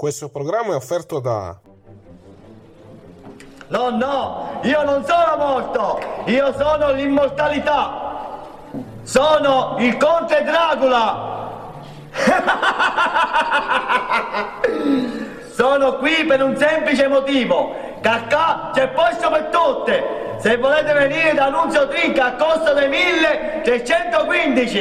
Questo programma è offerto da... No, io non sono morto, io sono l'immortalità, sono il conte Dracula. Sono qui per un semplice motivo, Cacca c'è posto per tutte, se volete venire da Nunzio Trinca a costo dei 1315.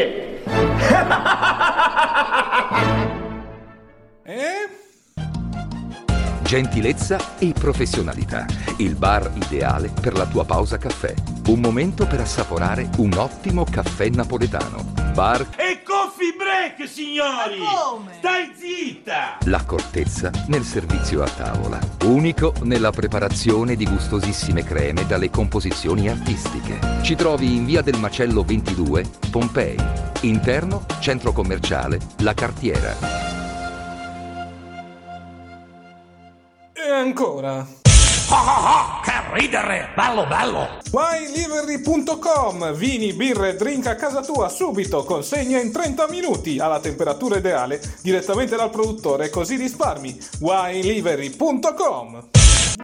Gentilezza e professionalità. Il bar ideale per la tua pausa caffè. Un momento per assaporare un ottimo caffè napoletano. Bar e coffee break, signori! Ma come? Stai zitta! L'accortezza nel servizio a tavola. Unico nella preparazione di gustosissime creme dalle composizioni artistiche. Ci trovi in via del Macello 22, Pompei. Interno, centro commerciale, La Cartiera. E ancora... Che ridere! Bello! WineLivery.com. Vini, birre e drink a casa tua subito, consegna in 30 minuti alla temperatura ideale direttamente dal produttore, così risparmi. WineLivery.com.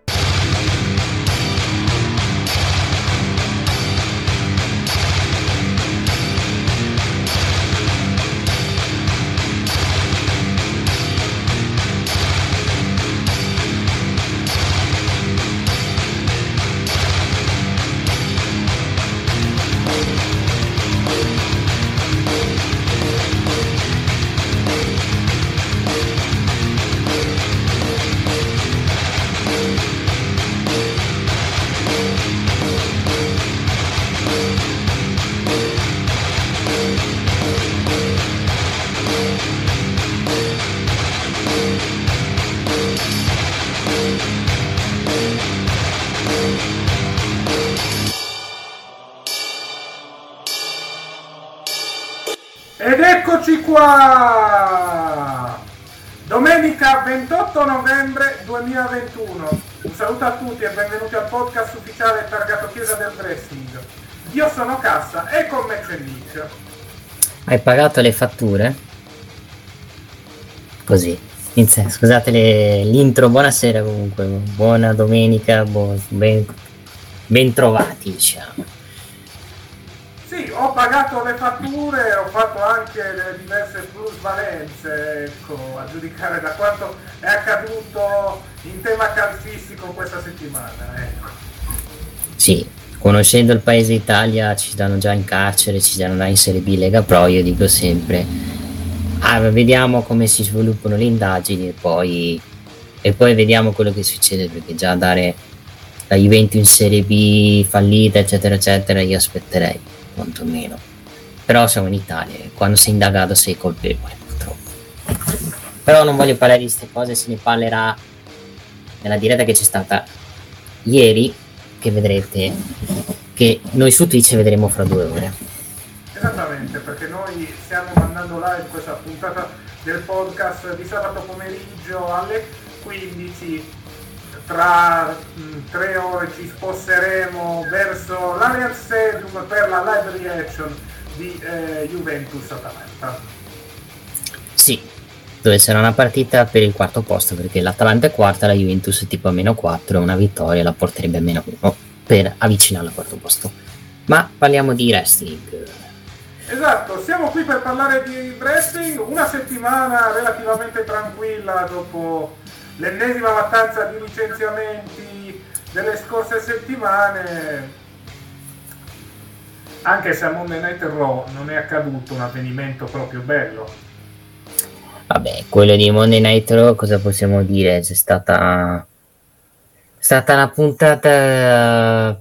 Ed eccoci qua! Domenica 28 novembre 2021. Un saluto a tutti e benvenuti al podcast ufficiale targato Chiesa del Wrestling. Io sono Cassa e con me c'è Nick. Hai pagato le fatture? Così. Scusate l'intro, buonasera comunque, buona domenica, ben trovati, diciamo. Sì, ho pagato le fatture, ho fatto anche le diverse plusvalenze, ecco, a giudicare da quanto è accaduto in tema calcistico questa settimana, ecco. Sì, conoscendo il paese Italia ci danno già in carcere, ci danno in Serie B Lega Pro, io dico sempre, vediamo come si sviluppano le indagini e poi vediamo quello che succede, perché già andare la Juventus in Serie B fallita, eccetera, eccetera, io aspetterei. Quantomeno, però siamo in Italia e quando sei indagato sei colpevole, purtroppo. Però non voglio parlare di queste cose, se ne parlerà nella diretta che c'è stata ieri, che vedrete, che noi su Twitch vedremo fra 2 ore. Esattamente, perché noi stiamo mandando live questa puntata del podcast di sabato pomeriggio alle 15. Tra 3 ore ci sposteremo verso l'Allianz Stadium per la live reaction di Juventus-Atalanta. Sì, dove sarà una partita per il quarto posto, perché l'Atalanta è quarta, la Juventus è tipo a -4, una vittoria la porterebbe a -1 per avvicinarla al quarto posto. Ma parliamo di wrestling. Esatto, siamo qui per parlare di wrestling, una settimana relativamente tranquilla dopo l'ennesima mattanza di licenziamenti delle scorse settimane, anche se a Monday Night Raw non è accaduto un avvenimento proprio bello. Vabbè, quello di Monday Night Raw cosa possiamo dire? C'è stata una puntata,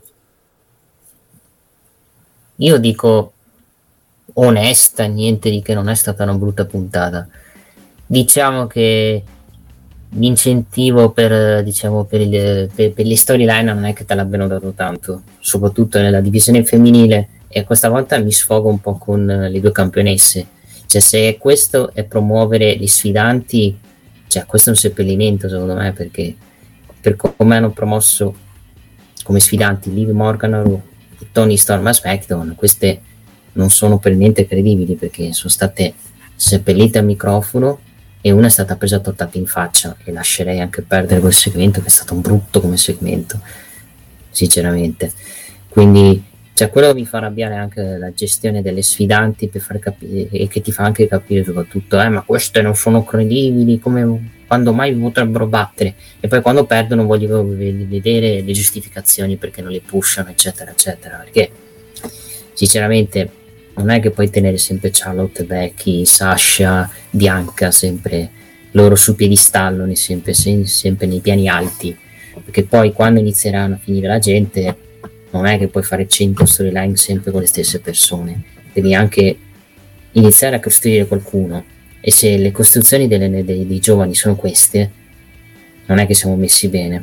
io dico onesta, niente di che, non è stata una brutta puntata. Diciamo che l'incentivo per le storyline non è che te l'abbiano dato tanto, soprattutto nella divisione femminile, e questa volta mi sfogo un po' con le 2 campionesse. Cioè, se questo è promuovere gli sfidanti, cioè questo è un seppellimento secondo me, perché per come hanno promosso come sfidanti Liv Morgan e Toni Storm a SmackDown, queste non sono per niente credibili, perché sono state seppellite al microfono e una è stata presa a tortate in faccia, e lascerei anche perdere quel segmento, che è stato un brutto come segmento, sinceramente. Quindi cioè, quello che mi fa arrabbiare è anche la gestione delle sfidanti, per far capire, e che ti fa anche capire soprattutto ma queste non sono credibili, quando mai potrebbero battere, e poi quando perdono voglio vedere le giustificazioni perché non le pushano, eccetera eccetera, perché sinceramente non è che puoi tenere sempre Charlotte, Becky, Sasha, Bianca sempre loro sul piedistallo, sempre nei piani alti, perché poi quando inizieranno a finire la gente non è che puoi fare 100 storyline sempre con le stesse persone, devi anche iniziare a costruire qualcuno, e se le costruzioni dei giovani sono queste, non è che siamo messi bene.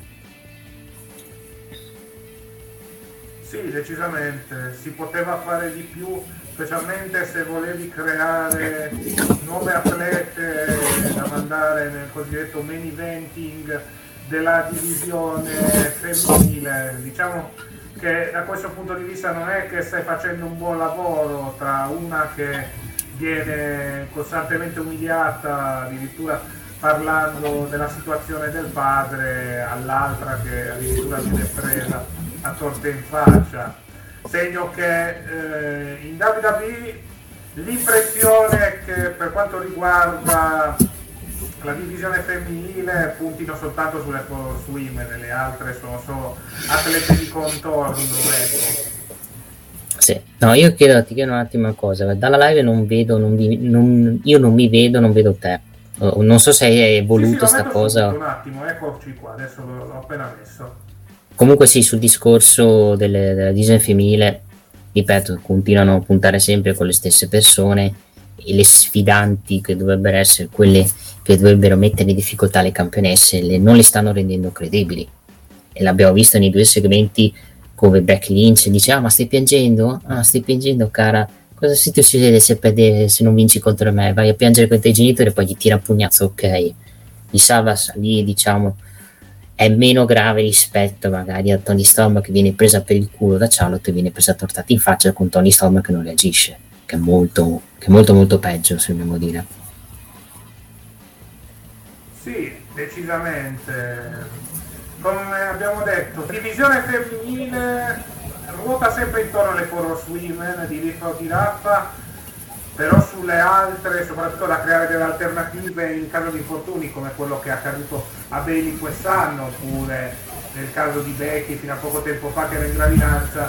Sì, decisamente, si poteva fare di più, specialmente se volevi creare nuove atlete da mandare nel cosiddetto main eventing della divisione femminile. Diciamo che da questo punto di vista non è che stai facendo un buon lavoro tra una che viene costantemente umiliata, addirittura parlando della situazione del padre, all'altra che addirittura viene presa a torte in faccia. Segno che in WWE l'impressione è che per quanto riguarda la divisione femminile puntino soltanto sulle Force Women, e le altre sono solo atlete di contorno, ecco. Sì. No, ti chiedo un attimo una cosa, dalla live non vedo, io non mi vedo, non vedo te, non so se hai voluto sta cosa. Un attimo, eccoci qua, adesso l'ho appena messo. Comunque sì, sul discorso della divisione femminile, ripeto, continuano a puntare sempre con le stesse persone, e le sfidanti che dovrebbero essere quelle che dovrebbero mettere in difficoltà le campionesse non le stanno rendendo credibili, e l'abbiamo visto nei 2 segmenti, come Becky Lynch dice ma stai piangendo? Stai piangendo, cara? Cosa ti succede se non vinci contro me? Vai a piangere con i tuoi genitori e poi gli tira un pugnazzo, ok? Gli salva lì, diciamo, è meno grave rispetto magari a Toni Storm che viene presa per il culo da Charlotte e viene presa tortata in faccia, con Toni Storm che non reagisce, che è molto molto peggio, se dobbiamo dire. Sì, decisamente. Come abbiamo detto, divisione femminile ruota sempre intorno alle Force Women di Rifa o di Raffa, però sulle altre, soprattutto da creare delle alternative in caso di infortuni, come quello che è accaduto a Bayley quest'anno, oppure nel caso di Becky fino a poco tempo fa che era in gravidanza.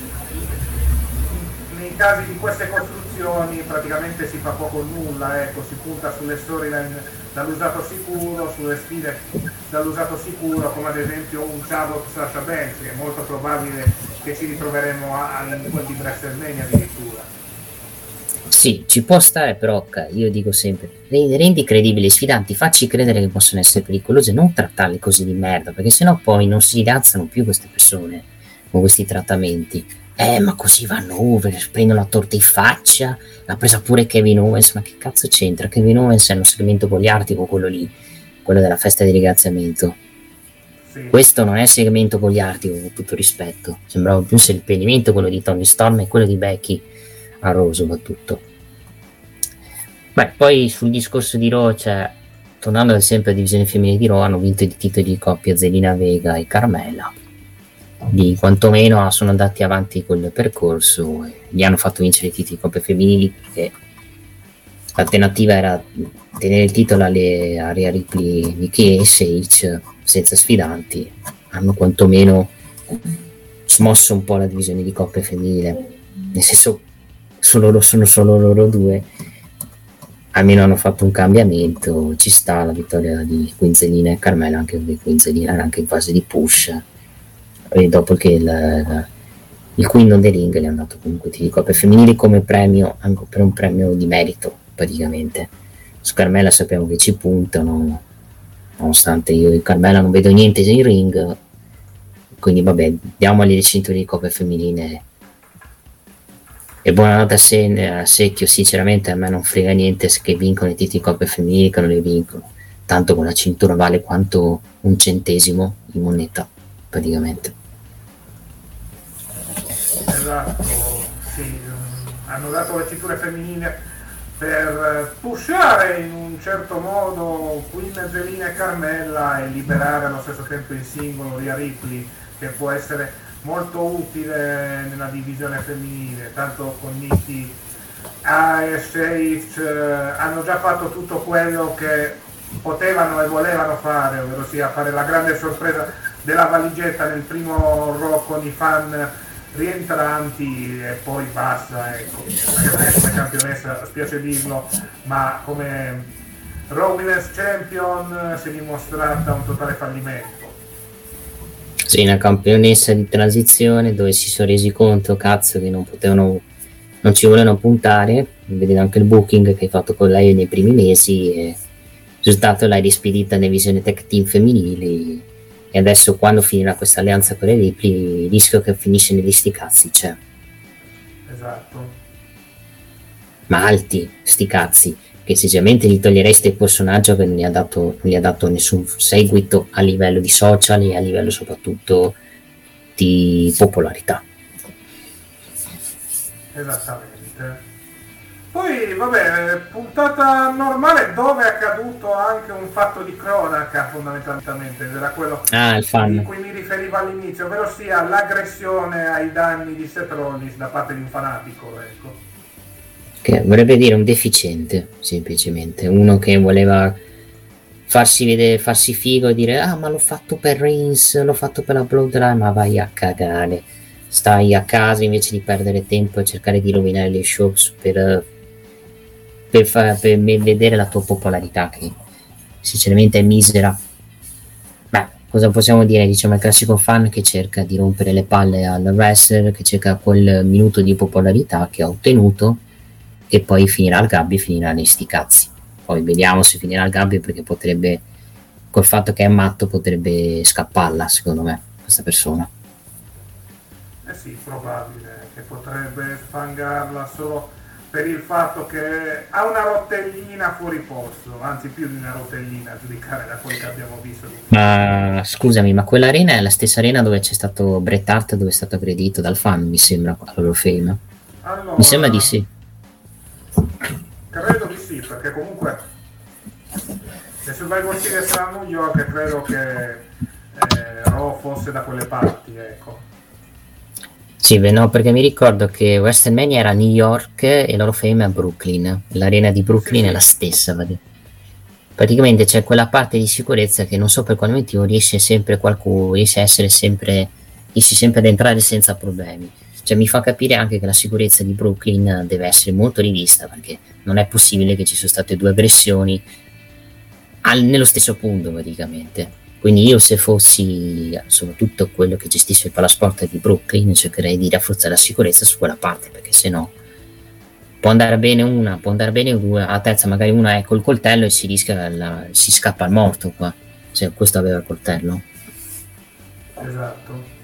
Nei casi di queste costruzioni praticamente si fa poco o nulla, ecco, si punta sulle storyline dall'usato sicuro, sulle sfide dall'usato sicuro, come ad esempio un Charlotte Sasha Banks, che è molto probabile che ci ritroveremo in quel di WrestleMania addirittura. Sì, ci può stare, però io dico sempre, rendi credibili le sfidanti, facci credere che possono essere pericolose, non trattarle così di merda, perché sennò poi non si rialzano più queste persone con questi trattamenti. Ma così vanno over, prendono la torta in faccia, l'ha presa pure Kevin Owens, ma che cazzo c'entra? Kevin Owens è uno segmento goliardico, quello lì, quello della festa di ringraziamento. Sì. Questo non è segmento goliardico, con tutto rispetto, sembrava più un seppellimento quello di Toni Storm e quello di Becky a Raw soprattutto. Beh, poi sul discorso di Raw, cioè, tornando sempre alla divisione femminile di Raw, hanno vinto i titoli di coppia Zelina Vega e Carmella, di quantomeno sono andati avanti col percorso, gli hanno fatto vincere i titoli di coppia femminili, perché l'alternativa era tenere il titolo alle Rhea Ripley, Nikki Sage senza sfidanti. Hanno quantomeno smosso un po' la divisione di coppia femminile, nel senso sono solo loro due, almeno hanno fatto un cambiamento. Ci sta la vittoria di Queen Zelina e Carmella, anche perché Queen Zelina era anche in fase di push, e dopo che il Queen of the Ring le hanno dato comunque di coppia femminili come premio, anche per un premio di merito praticamente. Su Carmella sappiamo che ci puntano, nonostante io in Carmella non vedo niente in ring, quindi vabbè, diamo alle cinture di coppia femminile. E buonanotte a secchio, sinceramente a me non frega niente se che vincono i titoli di coppia femminili che non le vincono, tanto con la cintura vale quanto un centesimo in moneta praticamente. Esatto, sì, hanno dato le cinture femminili per pushare in un certo modo Queen, Zelina e Carmella e liberare allo stesso tempo in singolo Rhea Ripley, che può essere molto utile nella divisione femminile, tanto con Nikki e Sage hanno già fatto tutto quello che potevano e volevano fare, ovvero sia fare la grande sorpresa della valigetta nel primo Raw con i fan rientranti e poi basta, ecco. Come campionessa spiace dirlo, ma come Raw Women's Champion si è dimostrata un totale fallimento. Sì, una campionessa di transizione dove si sono resi conto, cazzo, che non ci volevano puntare, vedete anche il booking che hai fatto con lei nei primi mesi, e il risultato l'hai rispedita nelle visioni tech team femminili, e adesso quando finirà questa alleanza con le Ripley il rischio che finisce negli sti cazzi c'è. Esatto. Ma alti sti cazzi, che sinceramente gli togliereste il personaggio che non gli ha dato nessun seguito a livello di social e a livello soprattutto di popolarità. Esattamente. Poi vabbè, puntata normale dove è accaduto anche un fatto di cronaca fondamentalmente, era quello il fan di cui mi riferivo all'inizio, ovvero sia l'aggressione ai danni di Seth Rollins da parte di un fanatico, ecco. Che vorrebbe dire un deficiente, semplicemente uno che voleva farsi vedere, farsi figo e dire ma l'ho fatto per Reigns, l'ho fatto per la Bloodline, ma vai a cagare, stai a casa invece di perdere tempo e cercare di rovinare le show per vedere la tua popolarità, che sinceramente è misera. Beh, cosa possiamo dire? Diciamo il classico fan che cerca di rompere le palle al wrestler, che cerca quel minuto di popolarità che ha ottenuto, e poi finirà al gabbio e finirà nei sti cazzi. Poi vediamo se finirà al gabbio, perché potrebbe, col fatto che è matto, potrebbe scapparla, secondo me, questa persona. Sì, probabile che potrebbe sfangarla solo per il fatto che ha una rotellina fuori posto, anzi più di una rotellina a giudicare da quello che abbiamo visto. Ma scusami, ma quell'arena è la stessa arena dove c'è stato Bret Hart, dove è stato aggredito dal fan, mi sembra, all'Hall of Fame. Allora, mi sembra di sì. Credo di sì, perché comunque le Survivor Series a New York, credo che Raw fosse da quelle parti, ecco. Sì, beh, no, perché mi ricordo che WrestleMania era a New York e l'Hall of Fame a Brooklyn. L'arena di Brooklyn è la stessa, praticamente c'è quella parte di sicurezza che non so per quale motivo riesce sempre ad entrare senza problemi. Cioè mi fa capire anche che la sicurezza di Brooklyn deve essere molto rivista, perché non è possibile che ci sono state 2 aggressioni nello stesso punto praticamente. Quindi io, se fossi soprattutto quello che gestisce il palasport di Brooklyn, cercherei di rafforzare la sicurezza su quella parte, perché se no può andare bene una, può andare bene 2, a terza magari una è col coltello e si rischia si scappa al morto qua, se questo aveva il coltello. Esatto.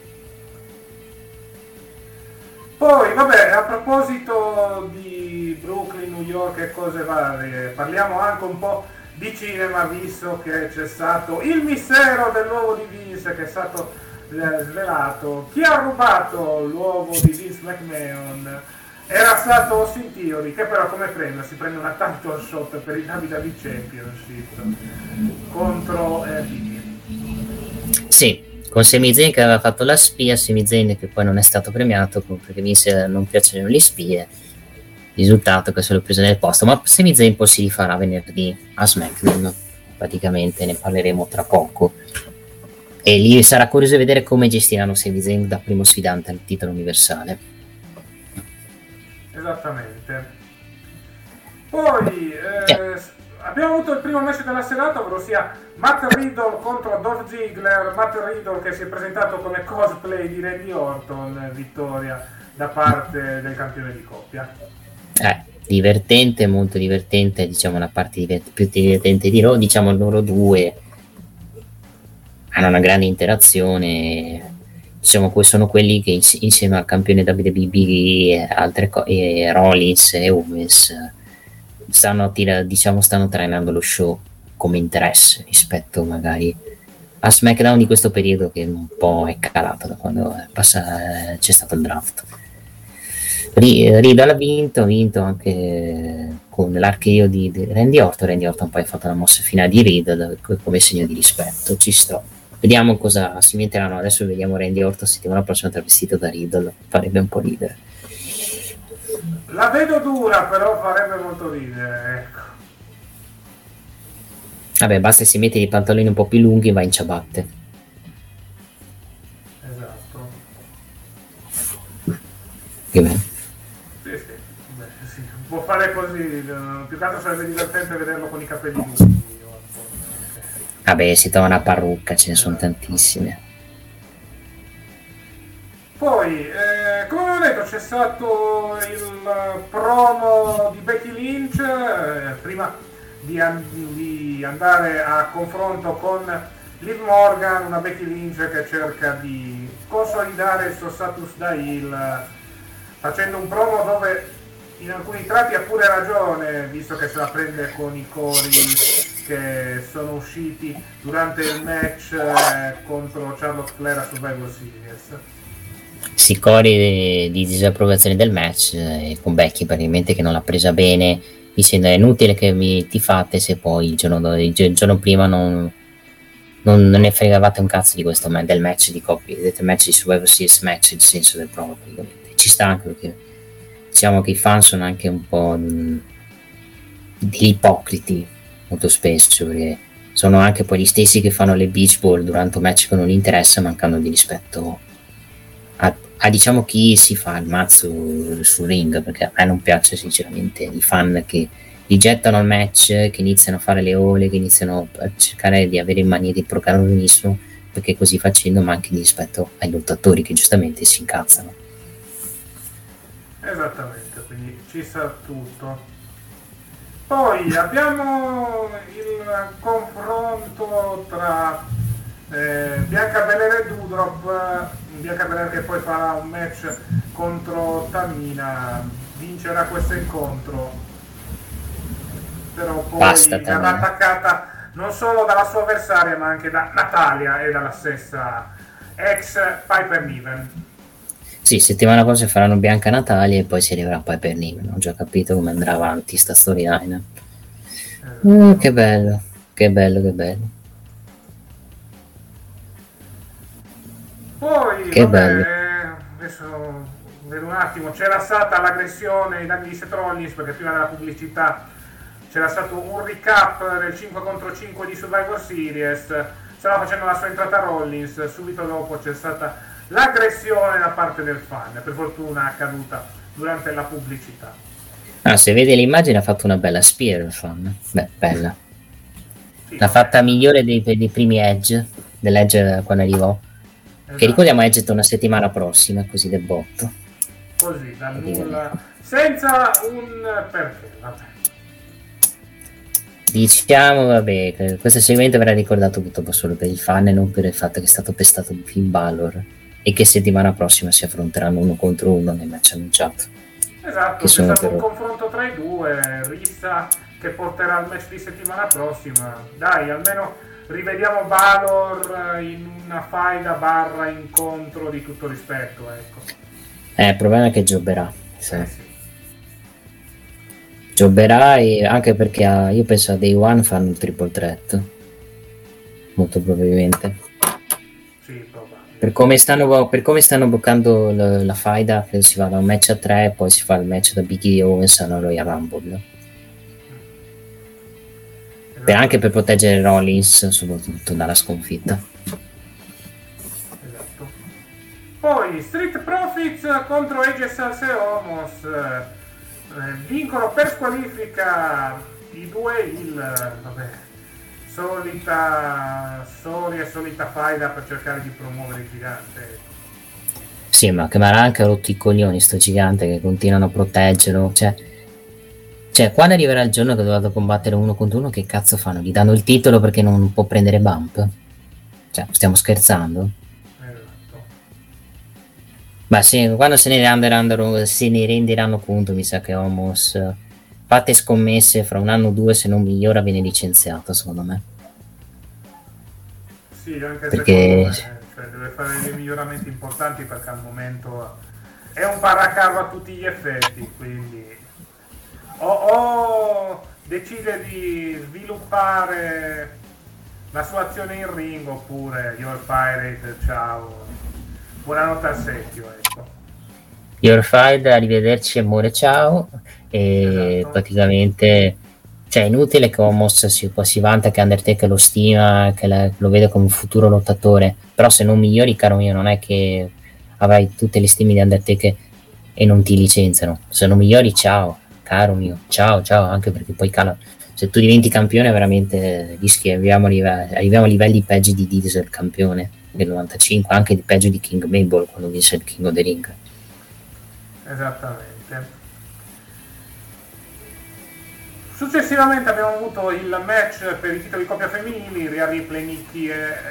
Poi vabbè, a proposito di Brooklyn, New York e cose varie, parliamo anche un po' di cinema, visto che c'è stato il mistero dell'uovo di Vince che è stato svelato. Chi ha rubato l'uovo di Vince McMahon era stato Austin Theory, che però come premio si prende una title shot per il WWE Championship contro Sì, con Sami Zayn che aveva fatto la spia, Sami Zayn che poi non è stato premiato perché Vince non piacciono le spie, risultato che se l'ho preso nel posto. Ma Sami Zayn poi si rifarà venerdì a SmackDown, praticamente ne parleremo tra poco, e lì sarà curioso vedere come gestiranno Sami Zayn da primo sfidante al titolo universale. Esattamente. Poi abbiamo avuto il primo match della serata, ovvero sia Matt Riddle contro Dolph Ziggler. Matt Riddle che si è presentato come cosplay di Randy Orton, vittoria da parte del campione di coppia. Divertente, molto divertente, diciamo la parte più divertente di Raw. Diciamo loro due hanno una grande interazione, diciamo sono quelli che insieme al campione WWE e Rollins e Owens stanno trainando lo show come interesse rispetto magari a SmackDown di questo periodo, che un po' è calato da quando c'è stato il draft. Riddle ha vinto anche con l'archeo di Randy Orton poi ha fatto la mossa finale di Riddle come segno di rispetto. Ci sto. Vediamo cosa si metteranno. Adesso vediamo Randy Orton settimana prossima travestito da Riddle, farebbe un po' ridere. La vedo dura, però farebbe molto ridere, ecco. Vabbè, basta si mette i pantaloni un po' più lunghi e va in ciabatte. Esatto. Che bello. Sì. Beh, sì. Può fare così, più che altro sarebbe divertente vederlo con i capelli lunghi. Vabbè, si trova una parrucca, ce ne sono tantissime. Poi, come ho detto, c'è stato il promo di Becky Lynch, prima di andare a confronto con Liv Morgan, una Becky Lynch che cerca di consolidare il suo status da heel, facendo un promo dove in alcuni tratti ha pure ragione, visto che se la prende con i cori che sono usciti durante il match contro Charlotte Flair a Survivor Series. Si cori di disapprovazione del match con Becky praticamente che non l'ha presa bene, dicendo è inutile che ti fate se poi il giorno prima non ne fregavate un cazzo di questo del match di coppia, del match di Survivor Series match, il senso del promo praticamente. Ci sta anche perché diciamo che i fan sono anche un po' degli ipocriti molto spesso, perché sono anche poi gli stessi che fanno le beach ball durante un match che non gli interessa, mancando di rispetto a diciamo chi si fa il mazzo sul ring, perché a me non piace sinceramente i fan che rigettano il match, che iniziano a fare le ole, che iniziano a cercare di avere manie di protagonismo, perché così facendo manchi di rispetto ai lottatori che giustamente si incazzano. Esattamente, quindi ci sa tutto. Poi abbiamo il confronto tra Bianca Belair e Doudrop. Bianca Belair che poi farà un match contro Tamina, vincerà questo incontro, però poi verrà attaccata non solo dalla sua avversaria ma anche da Natalia e dalla stessa ex Piper Niven. Sì, settimana prossima faranno Bianca Natalia e poi si arriverà a Piper Niven. Ho già capito come andrà avanti sta storyline. Che bello, che bello, che bello. Poi, che bello. Adesso vedo un attimo, c'era stata l'aggressione ai danni di Seth Rollins, perché prima della pubblicità c'era stato un recap del 5 contro 5 di Survivor Series, stava facendo la sua entrata Rollins, subito dopo c'è stata l'aggressione da parte del fan, per fortuna accaduta durante la pubblicità. Se vedi l'immagine ha fatto una bella spear il fan. Beh, bella. Sì, l'ha fatta migliore dei primi Edge, dell'Edge quando arrivò. Esatto. Che ricordiamo Edge una settimana prossima, così del botto. Così, dal nulla, senza un perché, vabbè. Diciamo, vabbè, che questo segmento verrà ricordato purtroppo solo per i fan e non per il fatto che è stato pestato Finn Balor e che settimana prossima si affronteranno 1 contro 1 nel match annunciato. Esatto, c'è stato un confronto tra i due, Rissa che porterà il match di settimana prossima. Dai, almeno rivediamo Balor in una faida barra incontro di tutto rispetto, ecco. Il problema è che giobberà, sì. Giobberà, e anche perché io penso a Day One fanno il triple threat, molto probabilmente. Sì, probabile. Per come stanno boccando la faida, credo si va da un match a 3 e poi si fa il match da Big E Owens alla Royal Rumble. Anche per proteggere Rollins soprattutto dalla sconfitta. Esatto. Poi Street Profits contro AJ Styles e Omos, vincono per squalifica i due vabbè, solita storia, solita faida per cercare di promuovere il gigante. Sì, ma che mi ha anche rotto i coglioni sto gigante che continuano a proteggerlo, cioè, quando arriverà il giorno che dovete combattere 1 contro 1, che cazzo fanno? Gli danno il titolo perché non può prendere bump? Cioè, stiamo scherzando? Esatto. Ma sì, quando se ne renderanno conto, mi sa che Omos, fate scommesse, fra 1 anno o 2, se non migliora viene licenziato, secondo me. Sì, anche perché secondo me, cioè, deve fare dei miglioramenti importanti perché al momento è un paracavo a tutti gli effetti, quindi o decide di sviluppare la sua azione in ring, oppure Your Pirate, ciao, buonanotte al secchio, ecco. Your Fire, arrivederci, amore, ciao. E Esatto. praticamente, cioè, è inutile che Omos si vanta che Undertaker lo stima, che lo vede come un futuro lottatore, però se non migliori, caro mio, non è che avrai tutte le stime di Undertaker e non ti licenziano. Se non migliori, ciao, caro mio, ciao, anche perché poi cala. Se tu diventi campione, veramente rischi, arriviamo a livelli peggi di Diesel, campione del 95, anche di peggio di King Mabel quando vinse il King of the Ring. Esattamente. Successivamente abbiamo avuto il match per i titoli coppia femminili, Rhea Ripley, Nikki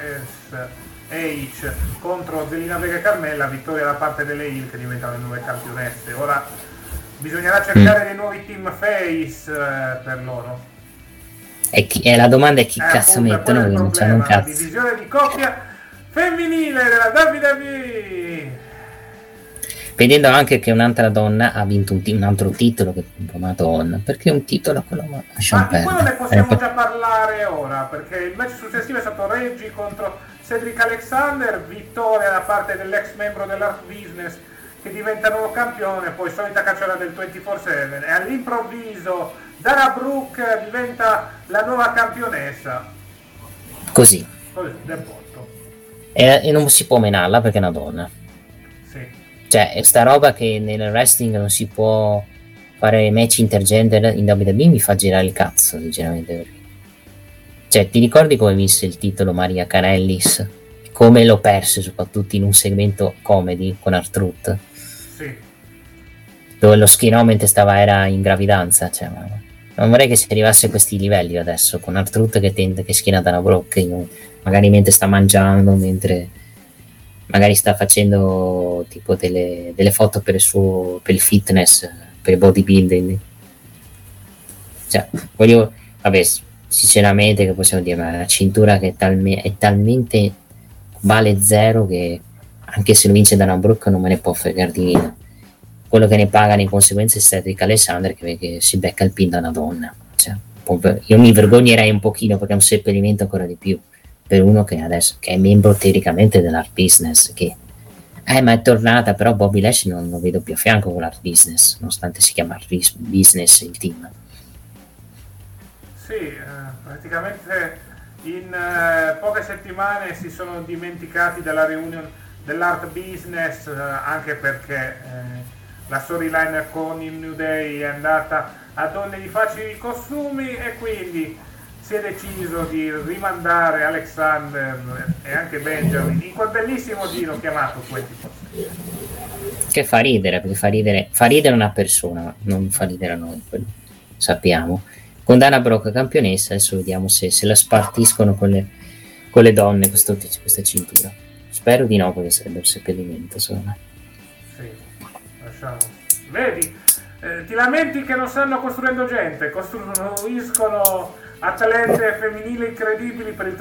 H contro Zelina Vega e Carmella, vittoria da parte delle Hill che diventano le nuove campionesse. Ora bisognerà cercare dei nuovi team face per loro. E la domanda è chi cazzo appunto, mettono, quello è il non c'hanno un problema, cazzo. la divisione di coppia femminile della WWE. Vedendo anche che un'altra donna ha vinto un altro titolo, che Madonna, perché un titolo quello lasciamo Ma di quello ne perdere. possiamo già parlare ora, perché il match successivo è stato Reggie contro Cedric Alexander, vittoria da parte dell'ex membro dell'Art Business che diventa nuovo campione, poi solita cacciata del 24/7 e all'improvviso Dana Brooke diventa la nuova campionessa. Così. Così, del botto. E non si può menarla perché è una donna. Sì. Cioè, sta roba che nel wrestling non si può fare match intergender in WWE mi fa girare il cazzo, sinceramente. Cioè, ti ricordi come vinse il titolo Maria Kanellis? Come lo perse, soprattutto in un segmento comedy con R-Truth? Sì. Dove lo schienò mentre era in gravidanza. Cioè, non vorrei che si arrivasse a questi livelli adesso, con R-Truth che schiena Dana Brooke, magari mentre sta mangiando, mentre magari sta facendo tipo delle foto per il fitness, per il bodybuilding. Cioè, vabbè, sinceramente, che possiamo dire, ma la cintura che è talmente vale zero che anche se lo vince Dana Brooke non me ne può fregare di meno. Quello che ne paga di conseguenza è Cedric Alexander che si becca il pin da una donna. Cioè, io mi vergognerei un pochino perché è un seppellimento ancora di più per uno che adesso che è membro teoricamente dell'Art Business, che ma è tornata, però Bobby Lashley non lo vedo più a fianco con l'Art Business, nonostante si chiama Art Business il team. Sì, praticamente in poche settimane si sono dimenticati della reunion dell'Art Business, anche perché la storyline con il New Day è andata a donne di facili costumi e quindi si è deciso di rimandare Alexander e anche Benjamin in quel bellissimo giro chiamato 24/7. Che fa ridere, perché fa ridere una persona, ma non fa ridere a noi, quello sappiamo. Con Dana Brooke campionessa, adesso vediamo se la spartiscono con le donne questa cintura. Spero di no, perché sarebbe un seppellimento, secondo me. Sì, lasciamo. Vedi, ti lamenti che non stanno costruendo gente, costruiscono atlete femminili incredibili per il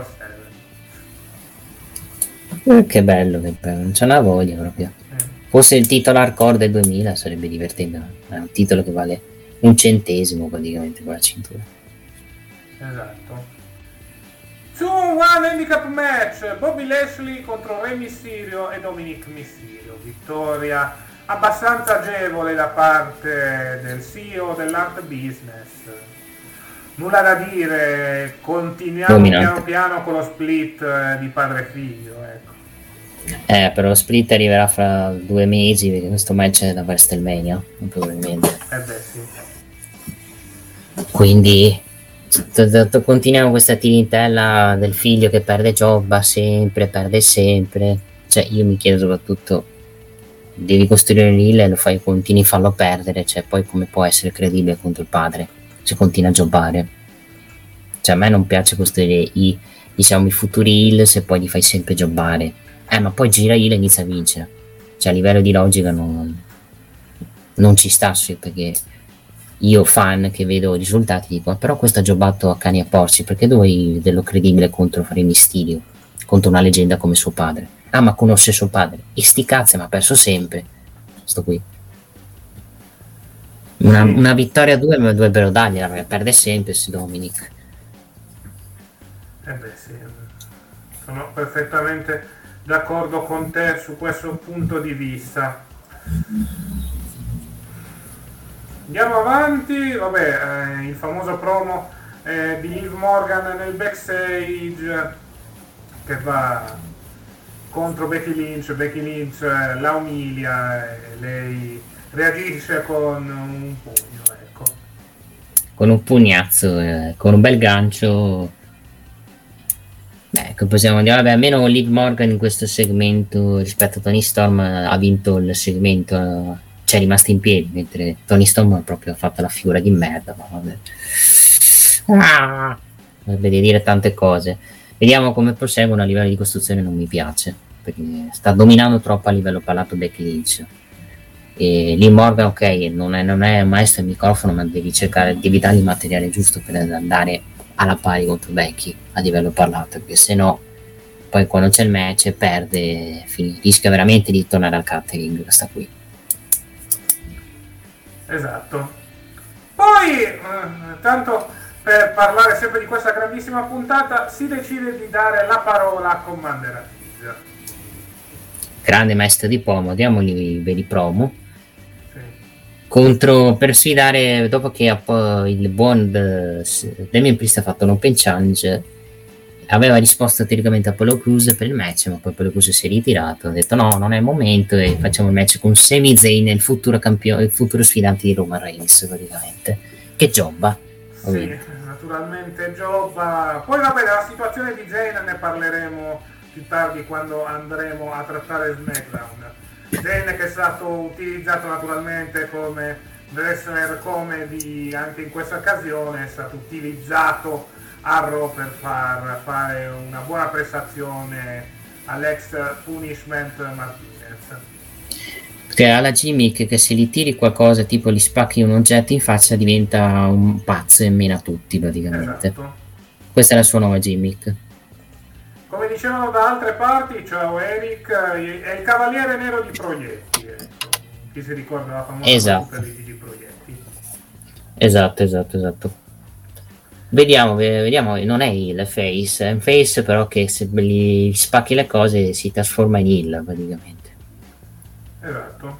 24/7. Che bello, non c'è una voglia proprio. Forse il titolo hardcore del 2000 sarebbe divertente, è un titolo che vale un centesimo praticamente con la cintura. Esatto. Su un One Handicap Match, Bobby Lashley contro Rey Mysterio e Dominic Mysterio, vittoria abbastanza agevole da parte del CEO dell'Art Business. Nulla da dire, continuiamo piano piano con lo split di padre e figlio, ecco. Però lo split arriverà fra 2 mesi, perché questo match è da WrestleMania, probabilmente. Beh, sì. Quindi continuiamo questa tirintella del figlio che perde perde sempre. Cioè, io mi chiedo soprattutto, devi costruire l'Hill e continui a farlo perdere, cioè poi come può essere credibile contro il padre se continua a giocare? Cioè, a me non piace costruire i futuri Hill se poi li fai sempre giocare. Ma poi gira Hill e inizia a vincere. Cioè, a livello di logica non ci sta, perché io fan che vedo i risultati dico, però questo ha giocato a cani a porci, perché dovevi vederlo credibile contro Rey Mysterio, contro una leggenda come suo padre? Ma conosce suo padre, e sti cazzi, ma ha perso sempre sto qui. Una vittoria a due me dovrebbero dargliela, perché perde sempre se Dominic. Sì, sono perfettamente d'accordo con te su questo punto di vista. Andiamo avanti, vabbè, il famoso promo di Liv Morgan nel backstage che va contro Becky Lynch la umilia e lei reagisce con un pugno, ecco. Con un pugnazzo, con un bel gancio. Che possiamo dire, vabbè, almeno Liv Morgan in questo segmento rispetto a Toni Storm ha vinto il segmento, cioè è rimasta in piedi, mentre Toni Storm ha proprio fatto la figura di merda, ma vabbè. Dovrebbe dire tante cose. Vediamo come proseguono. A livello di costruzione non mi piace, perché sta dominando troppo a livello parlato Becky Lynch. E Liv Morgan, ok, non è un maestro del microfono, ma devi dargli il materiale giusto per andare alla pari contro Becky a livello parlato, perché se no poi quando c'è il match perde, rischia veramente di tornare al catering questa qui. Esatto. Poi tanto per parlare sempre di questa grandissima puntata si decide di dare la parola a Commander Aziz. Grande maestro di promo, diamogli i veri promo. Per sfidare, dopo che il buon Damien Priest ha fatto un open challenge, aveva risposto teoricamente a Apollo Crews per il match, ma poi Apollo Crews si è ritirato, ha detto no, non è il momento, e facciamo il match con Sami Zayn, il futuro sfidante di Roman Reigns, praticamente. Che jobba. Sì, naturalmente jobba. Poi vabbè, della situazione di Zayn ne parleremo più tardi quando andremo a trattare SmackDown. Zayn che è stato utilizzato naturalmente come wrestler comedy anche in questa occasione, è stato utilizzato a Raw per fare una buona prestazione all'ex Punishment Martinez. Perché ha la gimmick che se gli tiri qualcosa, tipo gli spacchi un oggetto in faccia, diventa un pazzo e mena tutti praticamente. Esatto. Questa è la sua nuova gimmick. Come dicevano da altre parti, ciao Eric, è il cavaliere nero di proietti, ecco. Chi si ricorda la famosa battuta di proietti. Esatto. Vediamo, non è il face, è un face però che se gli spacchi le cose si trasforma in heel praticamente. Esatto.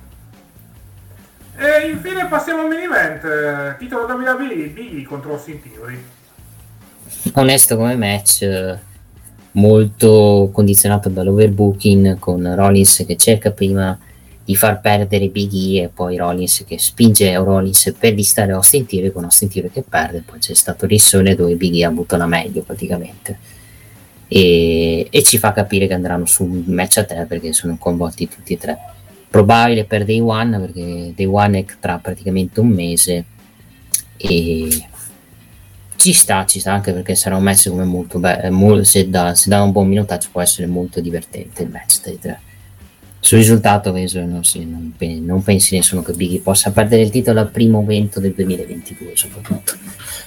E infine passiamo al main event, titolo WWE, Biggie contro Austin Theory. Onesto come match, molto condizionato dall'overbooking, con Rollins che cerca prima di far perdere Big E e poi Rollins che spinge Rollins per distare Austin Theory, con Austin Theory che perde. Poi c'è stato il rissone dove Big E ha avuto la meglio praticamente, e ci fa capire che andranno su un match a 3 perché sono coinvolti tutti e tre. Probabile per Day One, perché Day One è tra praticamente un mese, e ci sta anche perché sarà un match come molto bello, se dà un buon minutaggio può essere molto divertente il match dei tre. Sul risultato non pensi nessuno che Biggie possa perdere il titolo al primo evento del 2022 soprattutto.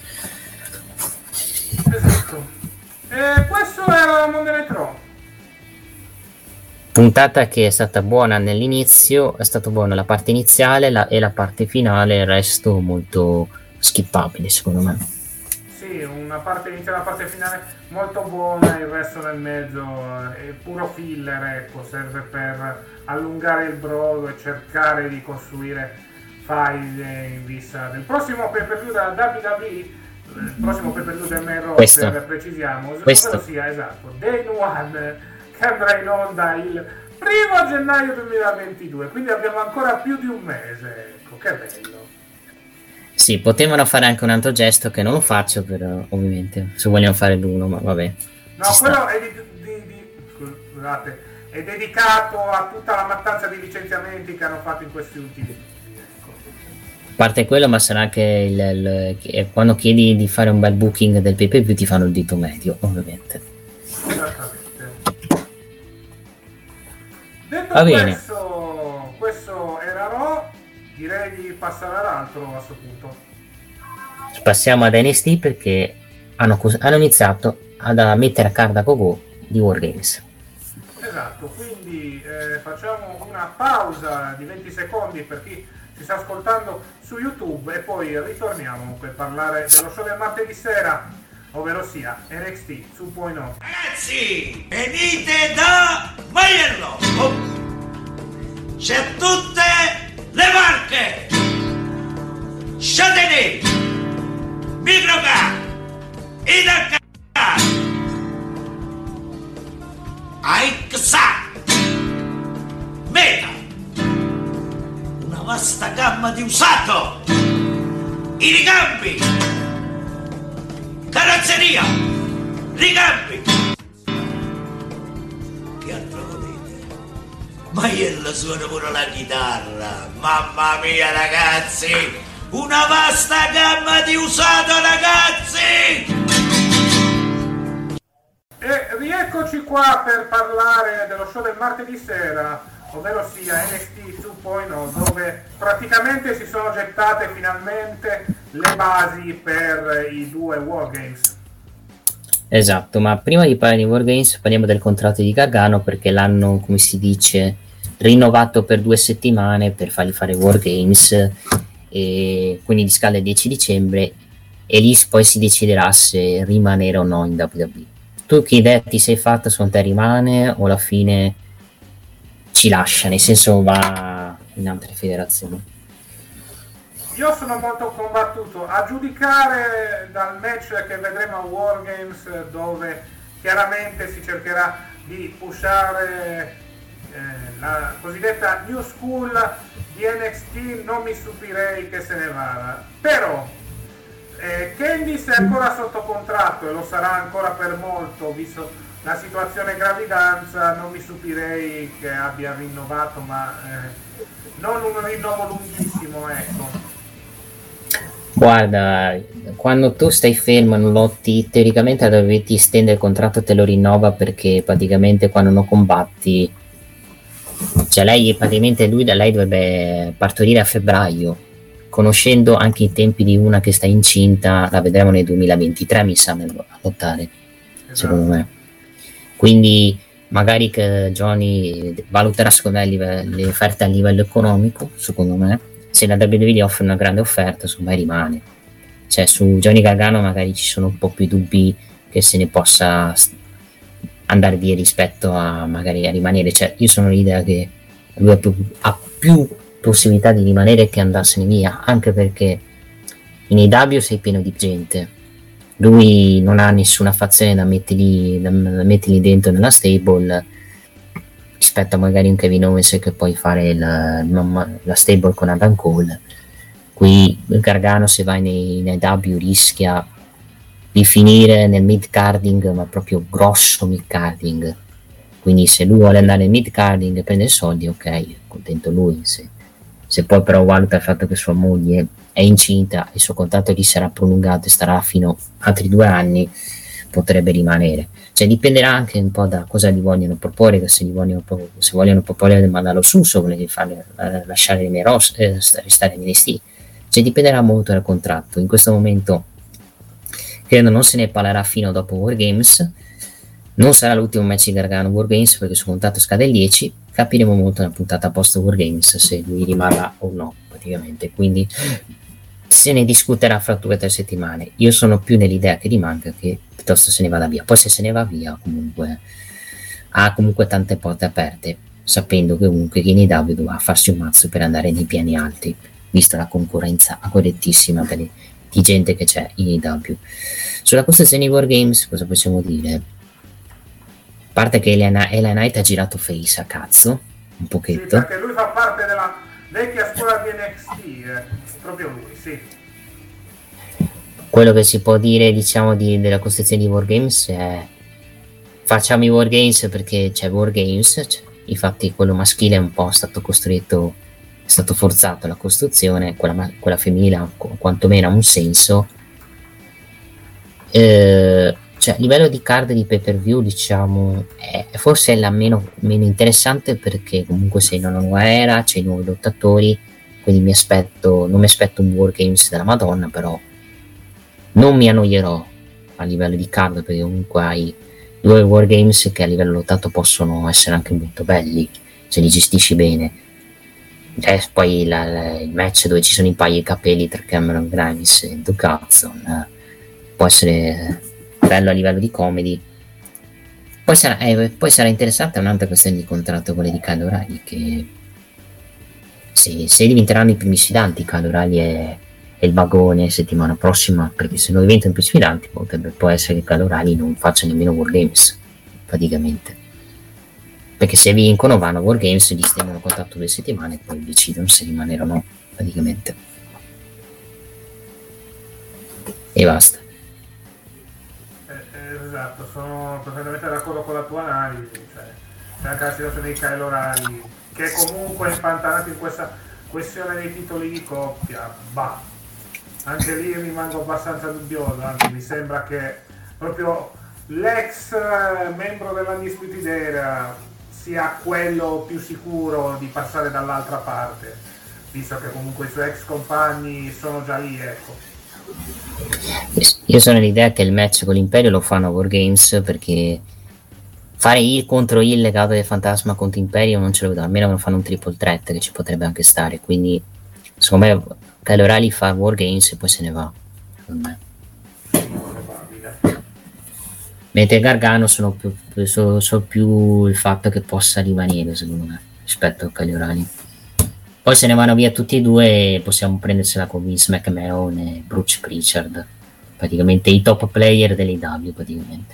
Esatto. E questo era Monday Night Raw. Puntata che è stata buona nell'inizio, è stata buona la parte iniziale e la parte finale, il resto molto skippabile secondo me. Sì, una parte iniziale e una parte finale molto buona, il resto nel mezzo è puro filler, ecco, serve per allungare il brodo e cercare di costruire file in vista del prossimo pay-per-view della WWE, il prossimo pay-per-view del main roster, precisiamo, ovvero sia, esatto, Day One, che andrà in onda il 1° gennaio 2022, quindi abbiamo ancora più di un mese, ecco, che bello. Sì, potevano fare anche un altro gesto che non lo faccio, però ovviamente se vogliamo fare l'uno, ma vabbè. No, quello è scusate, è dedicato a tutta la mattanza di licenziamenti che hanno fatto in questi ultimi mesi, ecco. A parte quello, ma sarà che quando chiedi di fare un bel booking del pay-per-view ti fanno il dito medio, ovviamente. Esattamente. Detto questo era Raw, direi di passare all'altro a questo punto. Passiamo ad NXT perché hanno iniziato a mettere a card a go di War Games. Esatto, quindi facciamo una pausa di 20 secondi per chi ci sta ascoltando su YouTube, e poi ritorniamo per parlare dello show del martedì sera, ovvero sia NXT 2.0. Ragazzi, venite da Maiello! C'è tutte le marche! Châtenay, Microcar, Idacar, Aixa, Meta, una vasta gamma di usato, i ricambi, carrozzeria, ricambi. Che altro volete? Maiello suona pure la chitarra, mamma mia ragazzi! Una vasta gamma di usato, ragazzi! E rieccoci qua per parlare dello show del martedì sera, ovvero sia NXT 2.0, dove praticamente si sono gettate finalmente le basi per i 2 Wargames. Esatto, ma prima di parlare di Wargames parliamo del contratto di Gargano, perché l'hanno, come si dice, rinnovato per 2 settimane per fargli fare Wargames, e quindi scade il 10 dicembre e lì poi si deciderà se rimanere o no in WWE. Tu che idea ti sei fatta? Secondo te rimane o alla fine ci lascia, nel senso va in altre federazioni? Io sono molto combattuto, a giudicare dal match che vedremo a Wargames, dove chiaramente si cercherà di pushare la cosiddetta New School di NXT, non mi stupirei che se ne vada. Però Candice è ancora sotto contratto e lo sarà ancora per molto, visto la situazione gravidanza. Non mi stupirei che abbia rinnovato, ma non un rinnovo lunghissimo, ecco. Guarda, quando tu stai fermo e non lotti, teoricamente dovresti estendere il contratto, te lo rinnova, perché praticamente quando non combatti, cioè lei praticamente lei dovrebbe partorire a febbraio, conoscendo anche i tempi di una che sta incinta, la vedremo nel 2023 mi sa, a lottare, secondo me. Quindi magari che Johnny valuterà secondo me le offerte a livello economico, secondo me. Se la WWE gli offre una grande offerta, secondo me rimane. Cioè su Johnny Gargano magari ci sono un po' più dubbi che se ne possa andare via rispetto a magari a rimanere. Cioè io sono l'idea che lui ha più possibilità di rimanere che andarsene via, anche perché in AEW sei pieno di gente, lui non ha nessuna fazione da mettergli dentro nella stable, rispetto a magari un Kevin Owens che puoi fare la stable con Adam Cole. Qui Gargano, se va in AEW, rischia di finire nel mid-carding, ma proprio grosso mid-carding. Quindi se lui vuole andare nel mid-carding e prendere soldi, ok, contento lui. Se poi però valuta il fatto che sua moglie è incinta e il suo contratto gli sarà prolungato e starà fino a altri 2 anni, potrebbe rimanere. Cioè dipenderà anche un po' da cosa gli vogliono proporre, che se vogliono proporre di mandarlo su, se vogliono farlo lasciare restare in NXT. Cioè dipenderà molto dal contratto. In questo momento credo non se ne parlerà fino dopo Wargames. Non sarà l'ultimo match di Gargano Wargames, perché il suo contratto scade il 10. Capiremo molto nella puntata post Wargames se lui rimarrà o no, praticamente. Quindi se ne discuterà fra 2 o 3 settimane. Io sono più nell'idea che rimanga che piuttosto se ne vada via. Poi se se ne va via comunque ha comunque tante porte aperte, sapendo che comunque in AEW dovrà farsi un mazzo per andare nei piani alti, vista la concorrenza correttissima di gente che c'è in AEW. Sulla costruzione di Wargames cosa possiamo dire? A parte che LA Knight ha girato face a cazzo un pochetto, sì, perché lui fa parte della vecchia scuola di NXT, proprio lui, sì. Quello che si può dire, diciamo, della costruzione di Wargames è: facciamo i Wargames perché c'è Wargames, infatti quello maschile è un po' stato costruito, è stato forzato la costruzione, quella femminile quantomeno ha un senso. Cioè a livello di card di pay per view, diciamo, forse è la meno interessante, perché comunque sei in una nuova era, c'è i nuovi lottatori, quindi non mi aspetto un Wargames della Madonna, però non mi annoierò a livello di card, perché comunque hai 2 Wargames che a livello lottato possono essere anche molto belli se li gestisci bene. Poi il match dove ci sono i paio di capelli tra Cameron Grimes e Duke Hudson può essere bello a livello di comedy. Poi sarà interessante un'altra questione di contratto, quella di Kyle O'Reilly, che se diventeranno i primi sfidanti, Kyle O'Reilly è il vagone settimana prossima, perché se non diventano i primi sfidanti può essere che Kyle O'Reilly non faccia nemmeno War Games praticamente, perché se vincono vanno a War Games, gli stengono contatto 2 settimane e poi decidono se rimanere o no praticamente, e basta. Esatto, sono perfettamente d'accordo con la tua analisi, cioè, c'è anche la situazione di Kyle O'Reilly, che è comunque impantanato in questa questione dei titoli di coppia. Bah, anche lì rimango abbastanza dubbioso, anzi mi sembra che proprio l'ex membro dell'Undisputed Era sia quello più sicuro di passare dall'altra parte, visto che comunque i suoi ex compagni sono già lì, ecco. Io sono l'idea che il match con l'Imperio lo fanno a War Games, perché fare il contro il legato del Fantasma contro Imperio non ce lo vedo, almeno non fanno un triple threat che ci potrebbe anche stare, quindi secondo me Kyle O'Reilly fa War Games e poi se ne va, secondo me. Mentre Gargano sono più il fatto che possa rimanere, secondo me, rispetto a Kyle O'Reilly. Poi se ne vanno via tutti e due e possiamo prendersela con Vince McMahon e Bruce Pritchard, praticamente i top player dell'AEW praticamente,